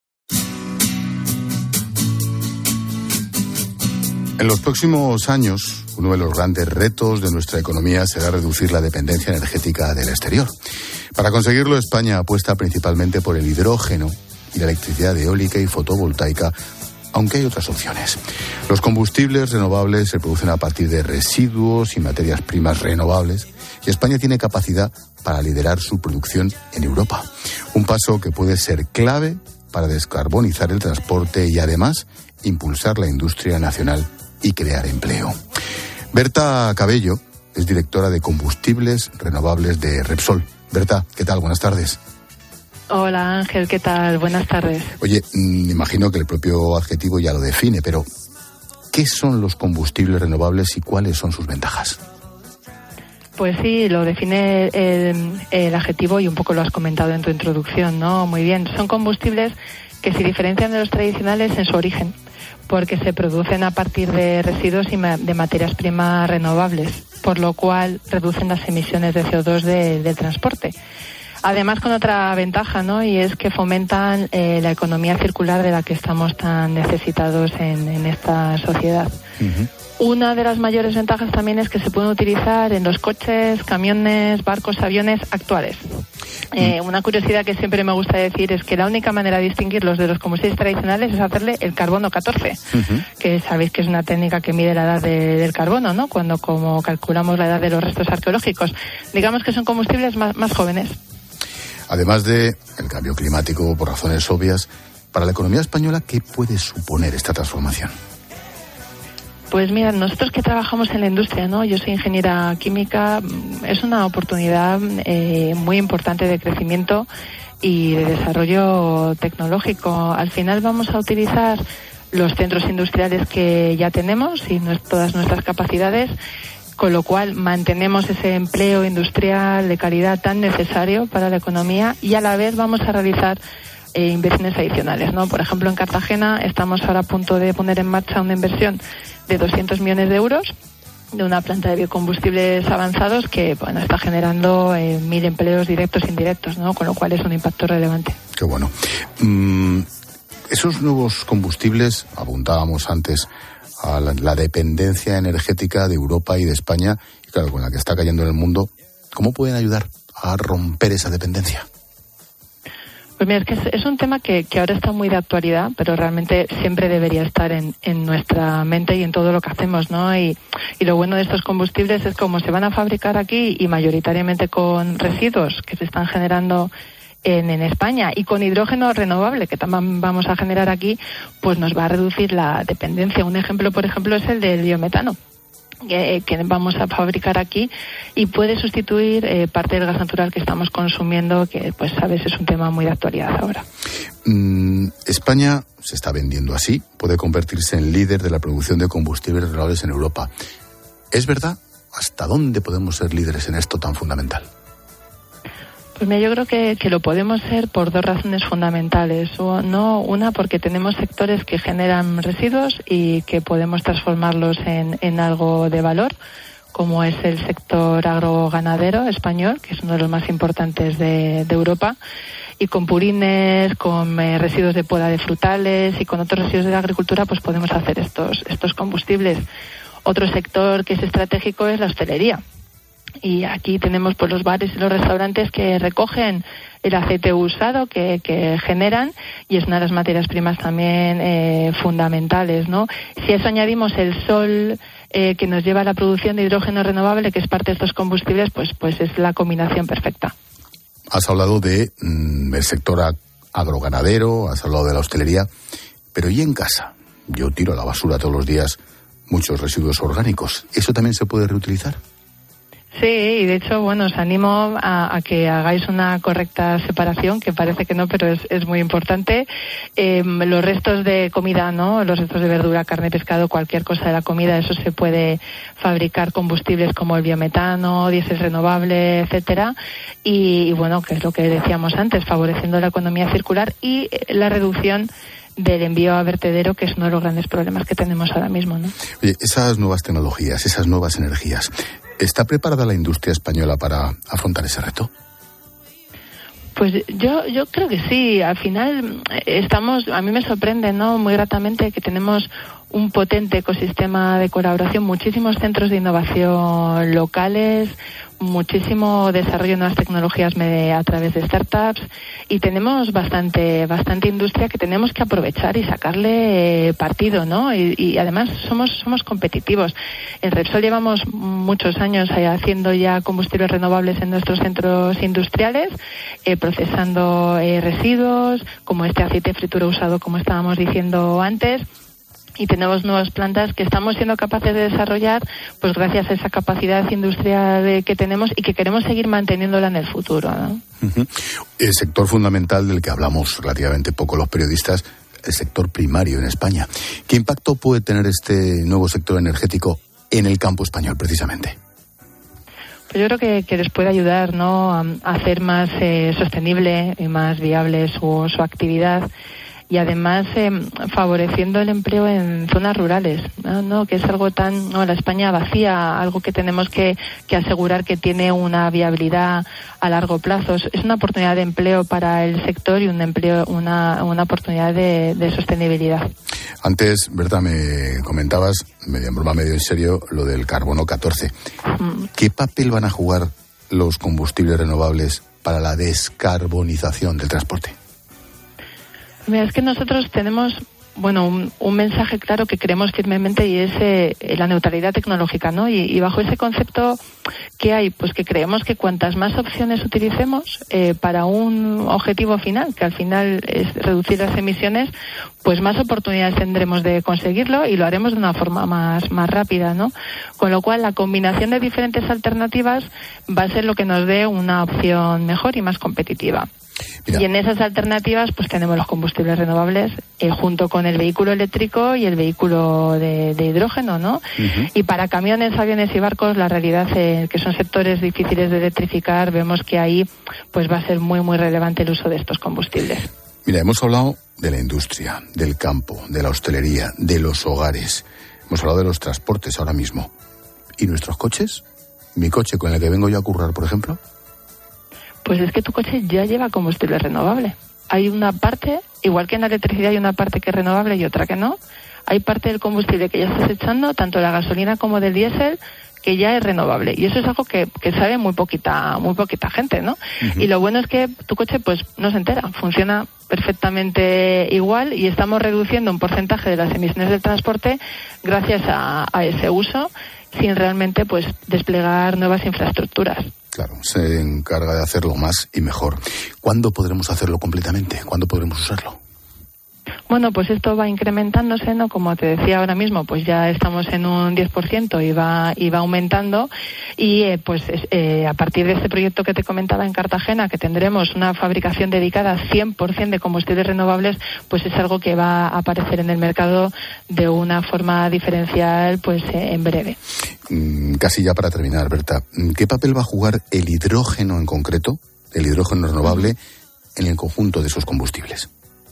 En los próximos años, uno de los grandes retos de nuestra economía será reducir la dependencia energética del exterior. Para conseguirlo, España apuesta principalmente por el hidrógeno y la electricidad eólica y fotovoltaica, aunque hay otras opciones. Los combustibles renovables se producen a partir de residuos y materias primas renovables, y España tiene capacidad para liderar su producción en Europa. Un paso que puede ser clave para descarbonizar el transporte y además impulsar la industria nacional y crear empleo. Berta Cabello es directora de combustibles renovables de Repsol. Berta, ¿qué tal? Buenas tardes. Hola Ángel, ¿qué tal? Buenas tardes. Oye, me imagino que el propio adjetivo ya lo define, pero ¿qué son los combustibles renovables y cuáles son sus ventajas? Pues sí, lo define el, el adjetivo y un poco lo has comentado en tu introducción, ¿no? Muy bien, son combustibles que se diferencian de los tradicionales en su origen, porque se producen a partir de residuos y ma- de materias primas renovables, por lo cual reducen las emisiones de C O dos de, del transporte. Además, con otra ventaja, ¿no? Y es que fomentan eh, la economía circular de la que estamos tan necesitados en, en esta sociedad. Uh-huh. Una de las mayores ventajas también es que se pueden utilizar en los coches, camiones, barcos, aviones actuales. Eh, una curiosidad que siempre me gusta decir es que la única manera de distinguirlos de los combustibles tradicionales es hacerle el carbono catorce, uh-huh. que sabéis que es una técnica que mide la edad de, del carbono, ¿no? Cuando como calculamos la edad de los restos arqueológicos. Digamos que son combustibles más, más jóvenes. Además de el cambio climático, por razones obvias, para la economía española, ¿qué puede suponer esta transformación? Pues mira, nosotros que trabajamos en la industria, ¿no? Yo soy ingeniera química, es una oportunidad eh, muy importante de crecimiento y de desarrollo tecnológico. Al final vamos a utilizar los centros industriales que ya tenemos y no, todas nuestras capacidades, con lo cual mantenemos ese empleo industrial de calidad tan necesario para la economía y a la vez vamos a realizar eh, inversiones adicionales, ¿no? Por ejemplo, en Cartagena estamos ahora a punto de poner en marcha una inversión de doscientos millones de euros de una planta de biocombustibles avanzados que, bueno, está generando eh, mil empleos directos e indirectos, ¿no? Con lo cual es un impacto relevante. Qué bueno. Mm, esos nuevos combustibles, apuntábamos antes a la, la dependencia energética de Europa y de España, y claro, con la que está cayendo en el mundo, ¿cómo pueden ayudar a romper esa dependencia? Pues mira, es que es, es un tema que, que ahora está muy de actualidad, pero realmente siempre debería estar en, en nuestra mente y en todo lo que hacemos, ¿no? Y, y lo bueno de estos combustibles es como se van a fabricar aquí y mayoritariamente con residuos que se están generando en, en España y con hidrógeno renovable que también vamos a generar aquí, pues nos va a reducir la dependencia. Un ejemplo, por ejemplo, es el del biometano. Que, que vamos a fabricar aquí y puede sustituir eh, parte del gas natural que estamos consumiendo, que pues sabes es un tema muy de actualidad ahora. Mm, España se está vendiendo así, puede convertirse en líder de la producción de combustibles renovables en Europa. ¿Es verdad? ¿Hasta dónde podemos ser líderes en esto tan fundamental? Pues mira, yo creo que, que lo podemos ser por dos razones fundamentales. No, una, porque tenemos sectores que generan residuos y que podemos transformarlos en, en algo de valor, como es el sector agroganadero español, que es uno de los más importantes de, de Europa, y con purines, con eh, residuos de poda de frutales y con otros residuos de la agricultura, pues podemos hacer estos, estos combustibles. Otro sector que es estratégico es la hostelería. Y aquí tenemos pues los bares y los restaurantes que recogen el aceite usado que, que generan y es una de las materias primas también eh, fundamentales, ¿no? Si a eso añadimos el sol eh, que nos lleva a la producción de hidrógeno renovable, que es parte de estos combustibles, pues, pues es la combinación perfecta. Has hablado de mm, el sector ag- agroganadero, has hablado de la hostelería, pero ¿y en casa? Yo tiro a la basura todos los días muchos residuos orgánicos. ¿Eso también se puede reutilizar? Sí, y de hecho, bueno, os animo a, a que hagáis una correcta separación, que parece que no, pero es, es muy importante. Eh, los restos de comida, ¿no? Los restos de verdura, carne, pescado, cualquier cosa de la comida, eso se puede fabricar combustibles como el biometano, diésel renovable, etcétera. Y, y bueno, que es lo que decíamos antes, favoreciendo la economía circular y la reducción del envío a vertedero, que es uno de los grandes problemas que tenemos ahora mismo, ¿no? Oye, esas nuevas tecnologías, esas nuevas energías, ¿está preparada la industria española para afrontar ese reto? Pues yo yo creo que sí. Al final estamos, a mí me sorprende, ¿no? Muy gratamente que tenemos un potente ecosistema de colaboración, muchísimos centros de innovación locales, muchísimo desarrollo de nuevas tecnologías a través de startups y tenemos bastante bastante industria que tenemos que aprovechar y sacarle partido, ¿no? Y, y además somos somos competitivos. En Repsol llevamos muchos años haciendo ya combustibles renovables en nuestros centros industriales, eh, procesando eh, residuos como este aceite de fritura usado, como estábamos diciendo antes. Y tenemos nuevas plantas que estamos siendo capaces de desarrollar, pues gracias a esa capacidad industrial que tenemos y que queremos seguir manteniéndola en el futuro, ¿no? Uh-huh. El sector fundamental del que hablamos relativamente poco los periodistas, el sector primario en España. ¿Qué impacto puede tener este nuevo sector energético en el campo español, precisamente? Pues yo creo que, que les puede ayudar, ¿no?, a, a hacer más eh, sostenible y más viable su, su actividad. y además eh, favoreciendo el empleo en zonas rurales, ¿no? ¿no? Que es algo tan, no, la España vacía, algo que tenemos que, que asegurar que tiene una viabilidad a largo plazo. Es una oportunidad de empleo para el sector y un empleo, una, una oportunidad de, de sostenibilidad. Antes, Berta, me comentabas, medio en broma, medio en serio, lo del carbono catorce. Mm. ¿Qué papel van a jugar los combustibles renovables para la descarbonización del transporte? Mira, es que nosotros tenemos, bueno, un, un mensaje claro que creemos firmemente, y es eh, la neutralidad tecnológica, ¿no? Y, y bajo ese concepto, ¿qué hay? Pues que creemos que cuantas más opciones utilicemos eh, para un objetivo final, que al final es reducir las emisiones, pues más oportunidades tendremos de conseguirlo, y lo haremos de una forma más, más rápida, ¿no? Con lo cual, la combinación de diferentes alternativas va a ser lo que nos dé una opción mejor y más competitiva. Mira. Y en esas alternativas pues tenemos los combustibles renovables eh, junto con el vehículo eléctrico y el vehículo de, de hidrógeno, ¿no? Uh-huh. Y para camiones, aviones y barcos, la realidad es eh, que son sectores difíciles de electrificar. Vemos que ahí pues va a ser muy muy relevante el uso de estos combustibles. Mira, hemos hablado de la industria, del campo, de la hostelería, de los hogares. Hemos hablado de los transportes ahora mismo. ¿Y nuestros coches? ¿Mi coche con el que vengo yo a currar, por ejemplo? Pues es que tu coche ya lleva combustible renovable. Hay una parte, igual que en la electricidad hay una parte que es renovable y otra que no. Hay parte del combustible que ya estás echando, tanto la gasolina como del diésel, que ya es renovable. Y eso es algo que, que sabe muy poquita, muy poquita gente, ¿no? Uh-huh. Y lo bueno es que tu coche pues no se entera, funciona perfectamente igual, y estamos reduciendo un porcentaje de las emisiones del transporte gracias a, a ese uso, sin realmente pues desplegar nuevas infraestructuras. Claro, se encarga de hacerlo más y mejor. ¿Cuándo podremos hacerlo completamente? ¿Cuándo podremos usarlo? Bueno, pues esto va incrementándose, ¿no? Como te decía ahora mismo, pues ya estamos en un diez por ciento y va, y va aumentando. Y eh, pues eh, a partir de este proyecto que te comentaba en Cartagena, que tendremos una fabricación dedicada cien por ciento de combustibles renovables, pues es algo que va a aparecer en el mercado de una forma diferencial pues eh, en breve. Mm, casi ya para terminar, Berta, ¿qué papel va a jugar el hidrógeno en concreto, el hidrógeno renovable, en el conjunto de esos combustibles?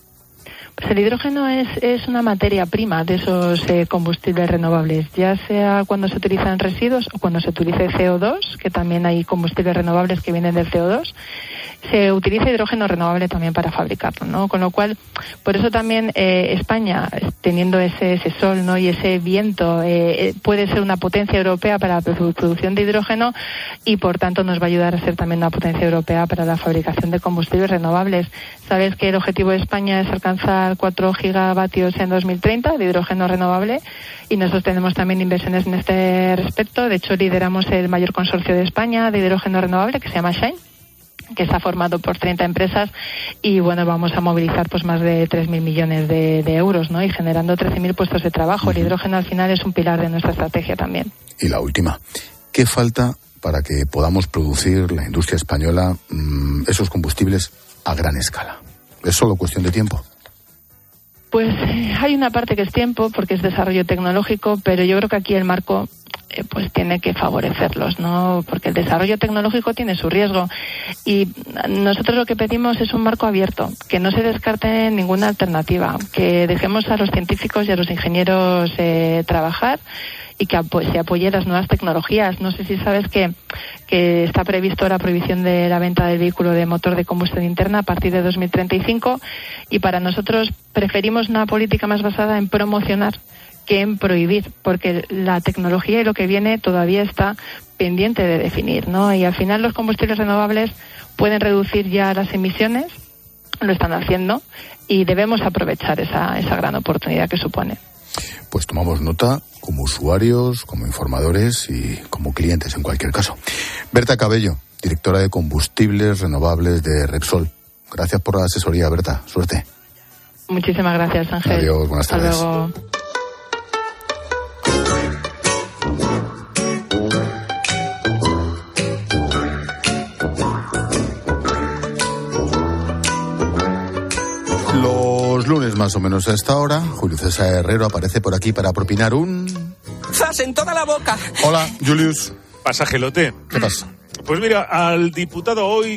Pues el hidrógeno es, es una materia prima de esos eh, combustibles renovables, ya sea cuando se utilizan residuos o cuando se utilice C O dos, que también hay combustibles renovables que vienen del C O dos. Se utiliza hidrógeno renovable también para fabricarlo, ¿no? Con lo cual, por eso también eh, España, teniendo ese, ese sol, ¿no? Y ese viento, eh, puede ser una potencia europea para la producción de hidrógeno, y por tanto nos va a ayudar a ser también una potencia europea para la fabricación de combustibles renovables. Sabes que el objetivo de España es alcanzar cuatro gigavatios en dos mil treinta de hidrógeno renovable, y nosotros tenemos también inversiones en este respecto. De hecho, lideramos el mayor consorcio de España de hidrógeno renovable, que se llama Shine, que está formado por treinta empresas, y bueno, vamos a movilizar pues más de tres mil millones de, de euros, ¿no? Y generando trece mil puestos de trabajo. El hidrógeno al final es un pilar de nuestra estrategia también. Y la última, ¿qué falta para que podamos producir la industria española mmm, esos combustibles a gran escala? ¿Es solo cuestión de tiempo? Pues eh, hay una parte que es tiempo, porque es desarrollo tecnológico, pero yo creo que aquí el marco eh, pues tiene que favorecerlos, ¿no? Porque el desarrollo tecnológico tiene su riesgo, y nosotros lo que pedimos es un marco abierto, que no se descarte ninguna alternativa, que dejemos a los científicos y a los ingenieros eh, trabajar, y que apo- se apoye las nuevas tecnologías. No sé si sabes que, que está previsto la prohibición de la venta del vehículo de motor de combustión interna a partir de dos mil treinta y cinco, y para nosotros preferimos una política más basada en promocionar que en prohibir, porque la tecnología y lo que viene todavía está pendiente de definir, ¿no? Y al final los combustibles renovables pueden reducir ya las emisiones, lo están haciendo, y debemos aprovechar esa, esa gran oportunidad que supone. Pues tomamos nota como usuarios, como informadores y como clientes en cualquier caso. Berta Cabello, directora de combustibles renovables de Repsol. Gracias por la asesoría, Berta. Suerte. Muchísimas gracias, Ángel. Adiós, buenas tardes. Hasta luego. Los lunes más o menos a esta hora, Julio César Herrero aparece por aquí para propinar un... ¡Zas en toda la boca! Hola, Julius. Pasajelote. ¿Qué pasa? Pues mira, al diputado hoy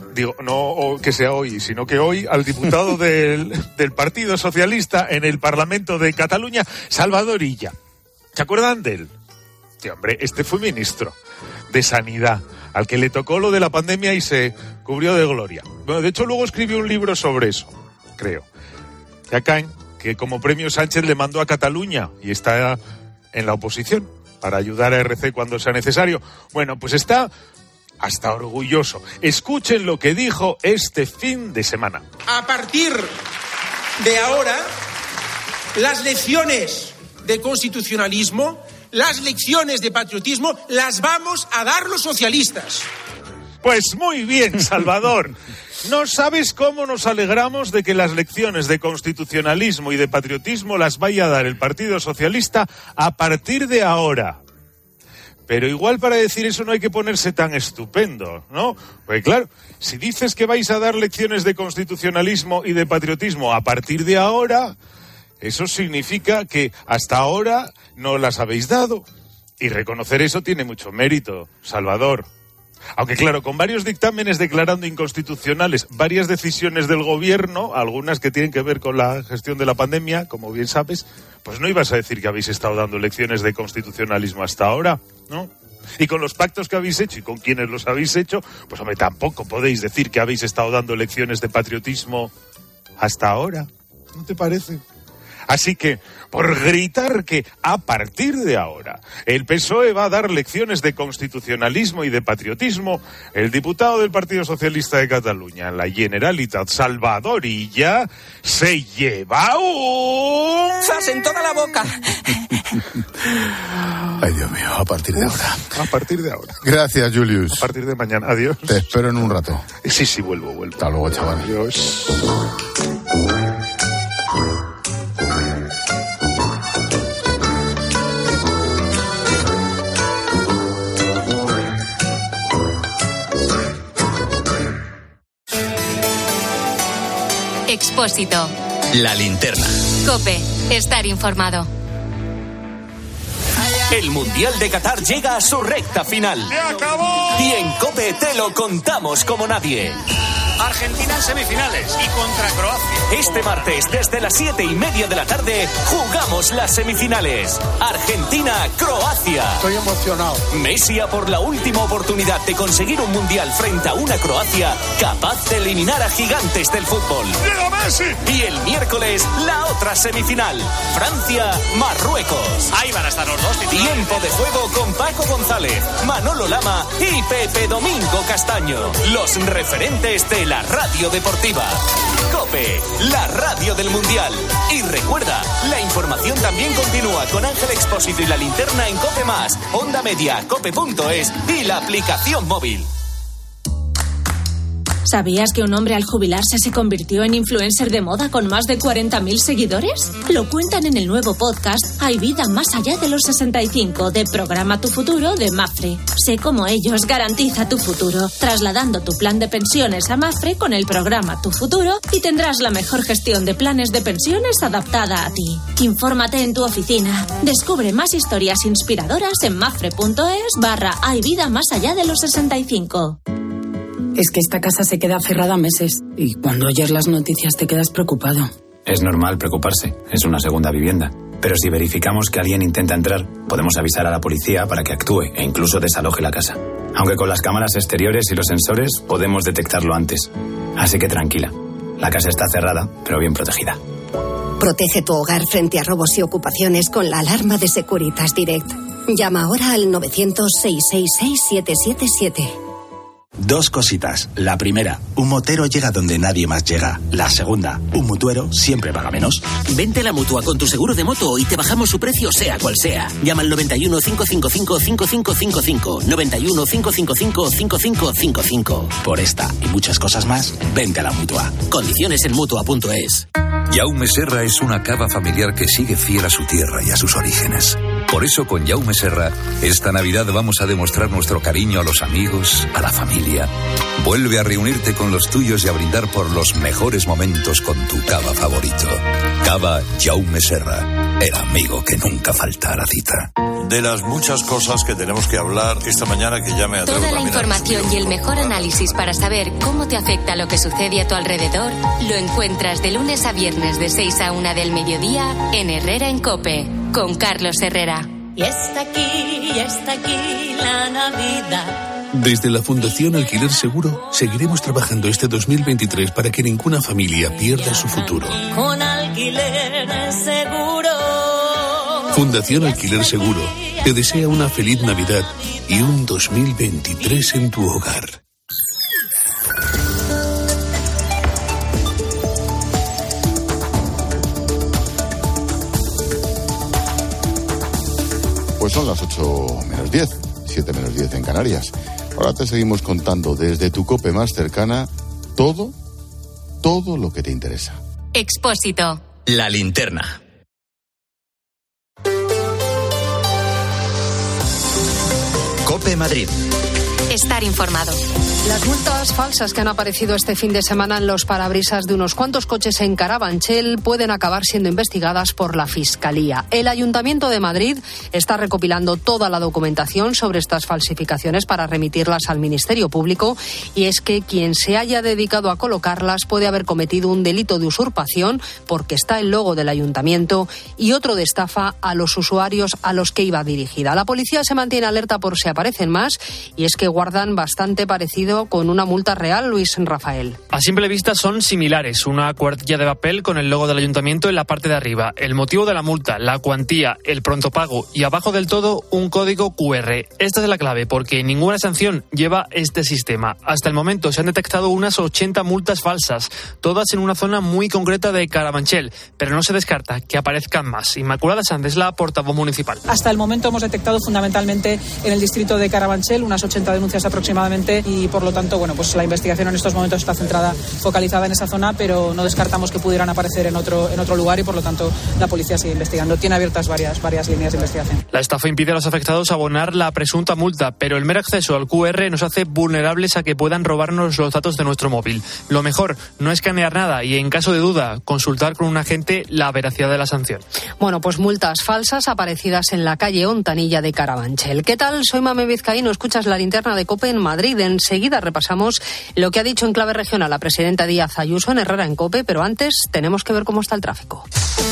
digo, no que sea hoy, sino que hoy al diputado del, del Partido Socialista en el Parlamento de Cataluña, Salvador Illa. ¿Se acuerdan de él? Sí, hombre, este fue ministro de Sanidad, al que le tocó lo de la pandemia y se cubrió de gloria. Bueno, de hecho luego escribió un libro sobre eso, creo. Ya caen que como premio Sánchez le mandó a Cataluña y está en la oposición para ayudar a R C cuando sea necesario. Bueno, pues está hasta orgulloso. Escuchen lo que dijo este fin de semana. A partir de ahora, las lecciones de constitucionalismo, las lecciones de patriotismo, las vamos a dar los socialistas. Pues muy bien, Salvador. No sabes cómo nos alegramos de que las lecciones de constitucionalismo y de patriotismo las vaya a dar el Partido Socialista a partir de ahora. Pero igual para decir eso no hay que ponerse tan estupendo, ¿no? Pues claro, si dices que vais a dar lecciones de constitucionalismo y de patriotismo a partir de ahora, eso significa que hasta ahora no las habéis dado. Y reconocer eso tiene mucho mérito, Salvador. Aunque claro, con varios dictámenes declarando inconstitucionales varias decisiones del gobierno, algunas que tienen que ver con la gestión de la pandemia, como bien sabes, pues no ibas a decir que habéis estado dando lecciones de constitucionalismo hasta ahora, ¿no? Y con los pactos que habéis hecho y con quienes los habéis hecho, pues hombre, tampoco podéis decir que habéis estado dando lecciones de patriotismo hasta ahora, ¿no te parece? Así que, por gritar que a partir de ahora el P S O E va a dar lecciones de constitucionalismo y de patriotismo, el diputado del Partido Socialista de Cataluña en la Generalitat, Salvador Illa, se lleva un... ¡Zas en toda la boca! Ay, Dios mío, a partir de ahora. A partir de ahora. Gracias, Julius. A partir de mañana. Adiós. Te espero en un rato. Sí, sí, vuelvo, vuelvo. Hasta luego, chaval. Adiós. Expósito. La linterna. COPE. Estar informado. El Mundial de Qatar llega a su recta final. ¡Se acabó! Y en COPE te lo contamos como nadie. Argentina en semifinales y contra Croacia. Este martes, desde las siete y media de la tarde, jugamos las semifinales. Argentina-Croacia. Estoy emocionado. Messi a por la última oportunidad de conseguir un mundial frente a una Croacia capaz de eliminar a gigantes del fútbol. ¡Llega Messi! Y el miércoles, la otra semifinal. Francia-Marruecos. Ahí van a estar los dos titulares. Tiempo de juego con Paco González, Manolo Lama y Pepe Domingo Castaño. Los referentes de la radio deportiva. COPE, la radio del Mundial. Y recuerda, la información también continúa con Ángel Expósito y la linterna en COPE más, Onda Media, cope punto es y la aplicación móvil. ¿Sabías que un hombre al jubilarse se convirtió en influencer de moda con más de cuarenta mil seguidores? Lo cuentan en el nuevo podcast Hay vida más allá de los sesenta y cinco de Programa Tu Futuro de Mapfre. Sé cómo ellos garantiza tu futuro, trasladando tu plan de pensiones a Mapfre con el programa Tu Futuro y tendrás la mejor gestión de planes de pensiones adaptada a ti. Infórmate en tu oficina. Descubre más historias inspiradoras en mapfre punto es barra Hay vida más allá de los sesenta y cinco. Es que esta casa se queda cerrada meses y cuando oyes las noticias te quedas preocupado. Es normal preocuparse, es una segunda vivienda. Pero si verificamos que alguien intenta entrar, podemos avisar a la policía para que actúe e incluso desaloje la casa. Aunque con las cámaras exteriores y los sensores podemos detectarlo antes. Así que tranquila, la casa está cerrada, pero bien protegida. Protege tu hogar frente a robos y ocupaciones con la alarma de Securitas Direct. Llama ahora al novecientos, seiscientos sesenta y seis, siete siete siete. Dos cositas. La primera, un motero llega donde nadie más llega. La segunda, un mutuero siempre paga menos. Vente a la Mutua con tu seguro de moto y te bajamos su precio sea cual sea. Llama al noventa y uno, cinco cinco cinco, cinco cinco cinco cinco. noventa y uno, cinco cinco cinco, cinco cinco cinco cinco. Por esta y muchas cosas más, vente a la Mutua. Condiciones en mutua punto es. Jaume Serra es una cava familiar que sigue fiel a su tierra y a sus orígenes. Por eso con Jaume Serra, esta Navidad vamos a demostrar nuestro cariño a los amigos, a la familia. Vuelve a reunirte con los tuyos y a brindar por los mejores momentos con tu cava favorito. Cava Jaume Serra, el amigo que nunca falta a la cita. De las muchas cosas que tenemos que hablar esta mañana, que ya me atrevo Toda la a mirar. información y el mejor análisis para saber cómo te afecta lo que sucede a tu alrededor lo encuentras de lunes a viernes de seis a una del mediodía en Herrera en COPE, con Carlos Herrera. Y está aquí, ya está aquí la Navidad. Desde la Fundación Alquiler Seguro seguiremos trabajando este dos mil veintitrés para que ninguna familia pierda su futuro. Con Alquiler Seguro. Fundación Alquiler Seguro te desea una feliz Navidad y un dos mil veintitrés en tu hogar. Pues son las ocho menos diez, siete menos diez en Canarias. Ahora te seguimos contando desde tu COPE más cercana todo, todo lo que te interesa. Expósito. La linterna. COPE Madrid. Estar informado. Las multas falsas que han aparecido este fin de semana en los parabrisas de unos cuantos coches en Carabanchel pueden acabar siendo investigadas por la Fiscalía. El Ayuntamiento de Madrid está recopilando toda la documentación sobre estas falsificaciones para remitirlas al Ministerio Público, y es que quien se haya dedicado a colocarlas puede haber cometido un delito de usurpación porque está el logo del Ayuntamiento y otro de estafa a los usuarios a los que iba dirigida. La policía se mantiene alerta por si aparecen más, y es que guardan bastante parecido con una multa real, Luis Rafael. A simple vista son similares, una cuartilla de papel con el logo del ayuntamiento en la parte de arriba, el motivo de la multa, la cuantía, el pronto pago y abajo del todo un código cu erre. Esta es la clave porque ninguna sanción lleva este sistema. Hasta el momento se han detectado unas ochenta multas falsas, todas en una zona muy concreta de Carabanchel, pero no se descarta que aparezcan más. Inmaculada Sanz es la portavoz municipal. Hasta el momento hemos detectado fundamentalmente en el distrito de Carabanchel unas ochenta denuncias aproximadamente, y por lo tanto, bueno, pues la investigación en estos momentos está centrada, focalizada en esa zona, pero no descartamos que pudieran aparecer en otro en otro lugar, y por lo tanto la policía sigue investigando. Tiene abiertas varias varias líneas de investigación. La estafa impide a los afectados abonar la presunta multa, pero el mero acceso al cu erre nos hace vulnerables a que puedan robarnos los datos de nuestro móvil. Lo mejor no escanear nada y, en caso de duda, consultar con un agente la veracidad de la sanción. Bueno, pues multas falsas aparecidas en la calle Ontanilla de Carabanchel. ¿Qué tal? Soy Mame Vizcaíno, escuchas la linterna de COPE en Madrid. Enseguida repasamos lo que ha dicho en clave regional la presidenta Díaz Ayuso en Herrera en COPE, pero antes tenemos que ver cómo está el tráfico.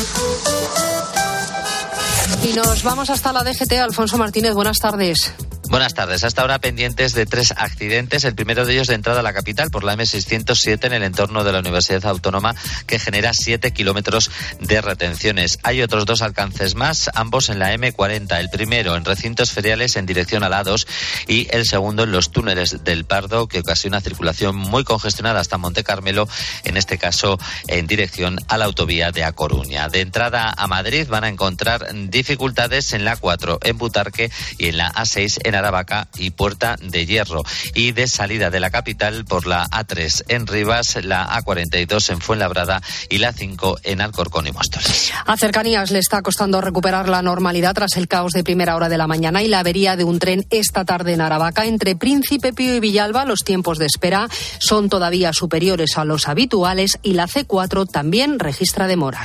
Y nos vamos hasta la D G T. Alfonso Martínez, buenas tardes. Buenas tardes. Hasta ahora pendientes de tres accidentes. El primero de ellos de entrada a la capital por la eme seiscientos siete en el entorno de la Universidad Autónoma, que genera siete kilómetros de retenciones. Hay otros dos alcances más, ambos en la eme cuarenta. El primero en recintos feriales en dirección a la A dos y el segundo en los túneles del Pardo, que ocasiona circulación muy congestionada hasta Monte Carmelo, en este caso en dirección a la autovía de A Coruña. De entrada a Madrid van a encontrar dificultades en la A cuatro en Butarque y en la A seis en Aravaca y Puerta de Hierro, y de salida de la capital por la A tres en Rivas, la A cuarenta y dos en Fuenlabrada y la cinco en Alcorcón y Móstoles. A Cercanías le está costando recuperar la normalidad tras el caos de primera hora de la mañana y la avería de un tren esta tarde en Aravaca. Entre Príncipe Pío y Villalba los tiempos de espera son todavía superiores a los habituales y la ce cuatro también registra demoras.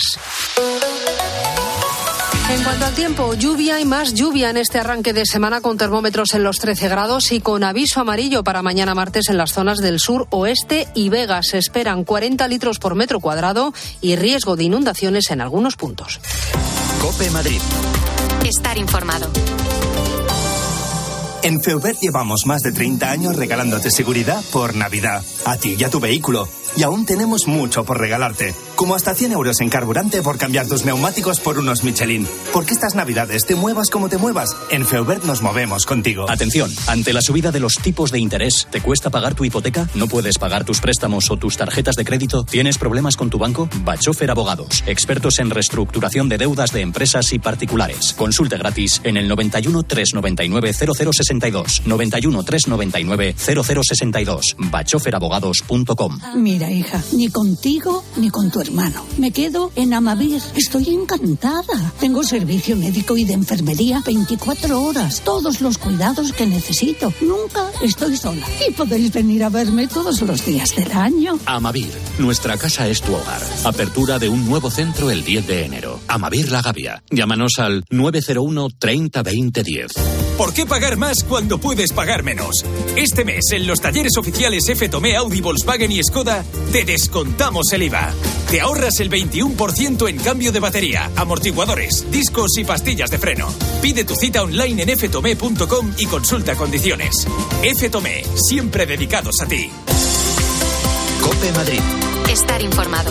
En cuanto al tiempo, lluvia y más lluvia en este arranque de semana, con termómetros en los trece grados y con aviso amarillo para mañana martes en las zonas del sur, oeste y Vega. Se esperan cuarenta litros por metro cuadrado y riesgo de inundaciones en algunos puntos. COPE Madrid. Estar informado. En Feubert llevamos más de treinta años regalándote seguridad por Navidad, a ti y a tu vehículo. Y aún tenemos mucho por regalarte, como hasta cien euros en carburante por cambiar tus neumáticos por unos Michelin. Porque estas Navidades, te muevas como te muevas, en Feubert nos movemos contigo. Atención, ante la subida de los tipos de interés, ¿te cuesta pagar tu hipoteca? ¿No puedes pagar tus préstamos o tus tarjetas de crédito? ¿Tienes problemas con tu banco? Bachofer Abogados, expertos en reestructuración de deudas de empresas y particulares. Consulte gratis en el noventa y uno, trescientos noventa y nueve, cero cero sesenta sesenta y dos. noventa y uno, trescientos noventa y nueve, cero cero sesenta y dos. bachofer abogados punto com. Mira, hija, ni contigo ni con tu hermano. Me quedo en Amavir. Estoy encantada. Tengo servicio médico y de enfermería veinticuatro horas. Todos los cuidados que necesito. Nunca estoy sola. Y podéis venir a verme todos los días del año. Amavir, nuestra casa es tu hogar. Apertura de un nuevo centro el diez de enero. Amavir La Gavia. Llámanos al nueve cero uno, treinta, veinte, diez. ¿Por qué pagar más cuando puedes pagar menos? Este mes, en los talleres oficiales F. Tomé, Audi, Volkswagen y Skoda, te descontamos el I V A. Te ahorras el veintiuno por ciento en cambio de batería, amortiguadores, discos y pastillas de freno. Pide tu cita online en f tomé punto com y consulta condiciones. F. Tomé, siempre dedicados a ti. COPE Madrid. Estar informado.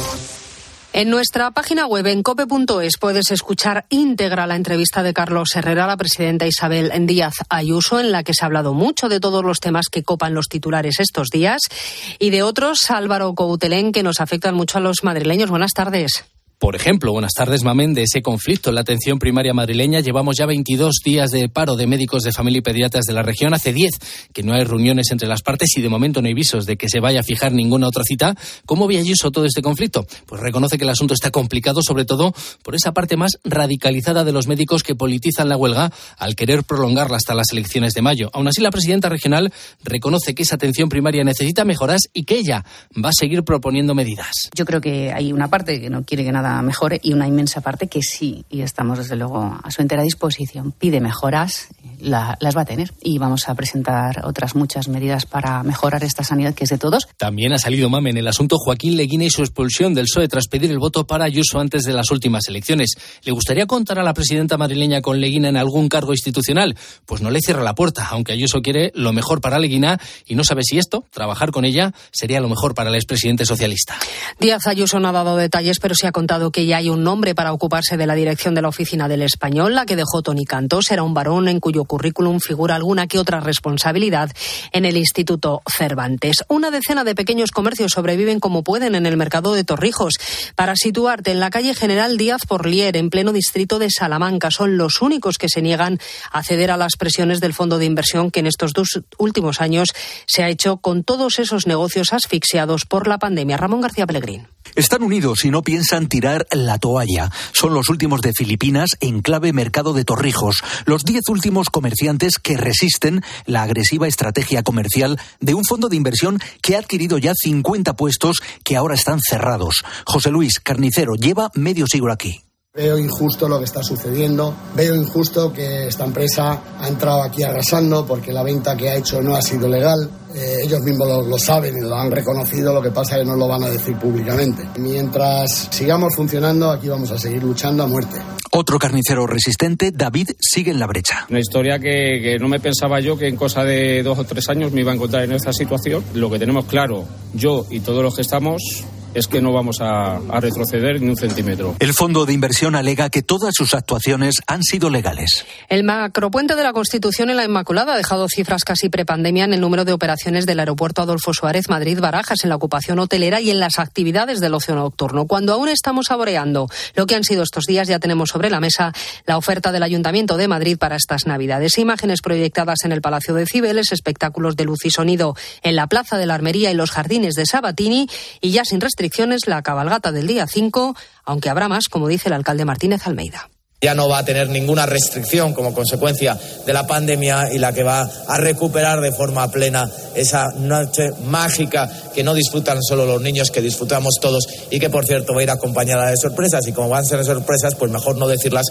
En nuestra página web en cope punto es puedes escuchar íntegra la entrevista de Carlos Herrera a la presidenta Isabel Díaz Ayuso, en la que se ha hablado mucho de todos los temas que copan los titulares estos días y de otros, Álvaro Coutelén, que nos afectan mucho a los madrileños. Buenas tardes. Por ejemplo, buenas tardes, Mamen, de ese conflicto en la atención primaria madrileña. Llevamos ya veintidós días de paro de médicos de familia y pediatras de la región. Hace diez que no hay reuniones entre las partes y de momento no hay visos de que se vaya a fijar ninguna otra cita. ¿Cómo ve Ayuso todo este conflicto? Pues reconoce que el asunto está complicado, sobre todo por esa parte más radicalizada de los médicos que politizan la huelga al querer prolongarla hasta las elecciones de mayo. Aún así, la presidenta regional reconoce que esa atención primaria necesita mejoras y que ella va a seguir proponiendo medidas. Yo creo que hay una parte que no quiere que nada mejore y una inmensa parte que sí, y estamos desde luego a su entera disposición. Pide mejoras, la, las va a tener y vamos a presentar otras muchas medidas para mejorar esta sanidad que es de todos. También ha salido mame en el asunto Joaquín Leguina y su expulsión del P S O E tras pedir el voto para Ayuso antes de las últimas elecciones. ¿Le gustaría contar a la presidenta madrileña con Leguina en algún cargo institucional? Pues no le cierra la puerta, aunque Ayuso quiere lo mejor para Leguina y no sabe si esto, trabajar con ella, sería lo mejor para el expresidente socialista. Díaz Ayuso no ha dado detalles, pero sí ha contado que ya hay un nombre para ocuparse de la dirección de la Oficina del Español, la que dejó Toni Cantó. Será un varón en cuyo currículum figura alguna que otra responsabilidad en el Instituto Cervantes. Una decena de pequeños comercios sobreviven como pueden en el mercado de Torrijos. Para situarte, en la calle General Díaz Porlier, en pleno distrito de Salamanca, son los únicos que se niegan a ceder a las presiones del fondo de inversión que en estos dos últimos años se ha hecho con todos esos negocios asfixiados por la pandemia. Ramón García Pellegrín. Están unidos y no piensan tirar la toalla. Son los últimos de Filipinas en clave mercado de Torrijos. Los diez últimos comerciantes que resisten la agresiva estrategia comercial de un fondo de inversión que ha adquirido ya cincuenta puestos que ahora están cerrados. José Luis, carnicero, lleva medio siglo aquí. Veo injusto lo que está sucediendo, veo injusto que esta empresa ha entrado aquí arrasando porque la venta que ha hecho no ha sido legal. Eh, ellos mismos lo, lo saben y lo han reconocido, lo que pasa es que no lo van a decir públicamente. Mientras sigamos funcionando, aquí vamos a seguir luchando a muerte. Otro carnicero resistente, David, sigue en la brecha. Una historia que, que no me pensaba yo que en cosa de dos o tres años me iba a encontrar en esta situación. Lo que tenemos claro, yo y todos los que estamos, es que no vamos a, a retroceder ni un centímetro. El fondo de inversión alega que todas sus actuaciones han sido legales. El macropuente de la Constitución en la Inmaculada ha dejado cifras casi prepandemia en el número de operaciones del aeropuerto Adolfo Suárez Madrid-Barajas, en la ocupación hotelera y en las actividades del ocio nocturno. Cuando aún estamos saboreando lo que han sido estos días, ya tenemos sobre la mesa la oferta del Ayuntamiento de Madrid para estas Navidades. Imágenes proyectadas en el Palacio de Cibeles, espectáculos de luz y sonido en la Plaza de la Armería y los jardines de Sabatini y ya sin restricciones la cabalgata del día cinco, aunque habrá más, como dice el alcalde Martínez Almeida. Ya no va a tener ninguna restricción como consecuencia de la pandemia y la que va a recuperar de forma plena esa noche mágica que no disfrutan solo los niños, que disfrutamos todos y que, por cierto, va a ir acompañada de sorpresas. Y como van a ser sorpresas, pues mejor no decirlas.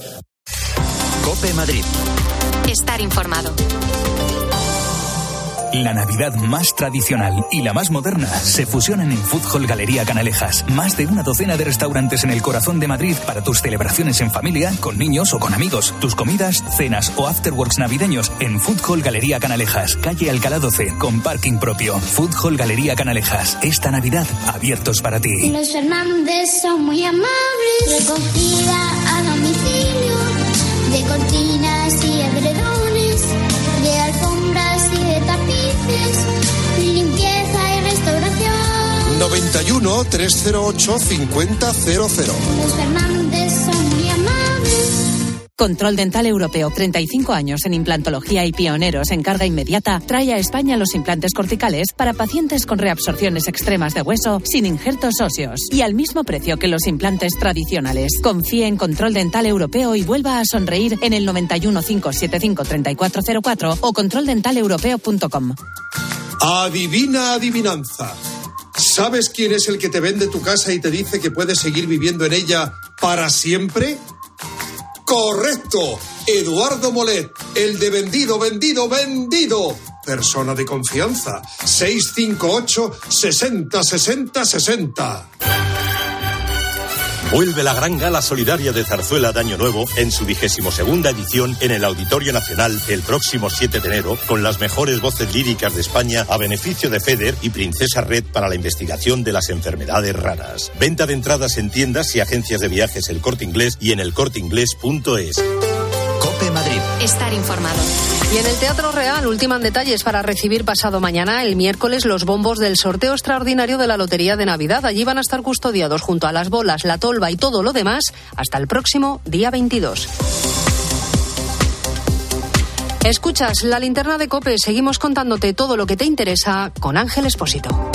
COPE Madrid. Estar informado. La Navidad más tradicional y la más moderna se fusionan en Food Hall Galería Canalejas. Más de una docena de restaurantes en el corazón de Madrid para tus celebraciones en familia, con niños o con amigos. Tus comidas, cenas o afterworks navideños en Food Hall Galería Canalejas, calle Alcalá doce, con parking propio. Food Hall Galería Canalejas. Esta Navidad, abiertos para ti. Los Fernández son muy amables. Recogida a domicilio de cortinas y edredones, de alfombras y de tapices, limpieza y restauración. noventa y uno, trescientos ocho, cincuenta cero cero. Los Fernández son muy amables. Control Dental Europeo, treinta y cinco años en implantología y pioneros en carga inmediata, trae a España los implantes corticales para pacientes con reabsorciones extremas de hueso sin injertos óseos y al mismo precio que los implantes tradicionales. Confíe en Control Dental Europeo y vuelva a sonreír en el noventa y uno, cinco setenta y cinco, treinta y cuatro cero cuatro o control dental europeo punto com. Adivina adivinanza. ¿Sabes quién es el que te vende tu casa y te dice que puedes seguir viviendo en ella para siempre? ¡Correcto! Eduardo Molet, el de vendido, vendido, vendido. Persona de confianza. seis cinco ocho, sesenta, sesenta, sesenta. Vuelve la gran gala solidaria de Zarzuela de Año Nuevo en su vigésimo segunda edición en el Auditorio Nacional el próximo siete de enero, con las mejores voces líricas de España a beneficio de FEDER y Princesa Red para la investigación de las enfermedades raras. Venta de entradas en tiendas y agencias de viajes El Corte Inglés y en el corte inglés punto es. COPE Madrid. Estar informado. Y en el Teatro Real ultiman detalles para recibir pasado mañana, el miércoles, los bombos del sorteo extraordinario de la Lotería de Navidad. Allí van a estar custodiados junto a las bolas, la tolva y todo lo demás hasta el próximo día veintidós. Escuchas la linterna de COPE. Seguimos contándote todo lo que te interesa con Ángel Expósito.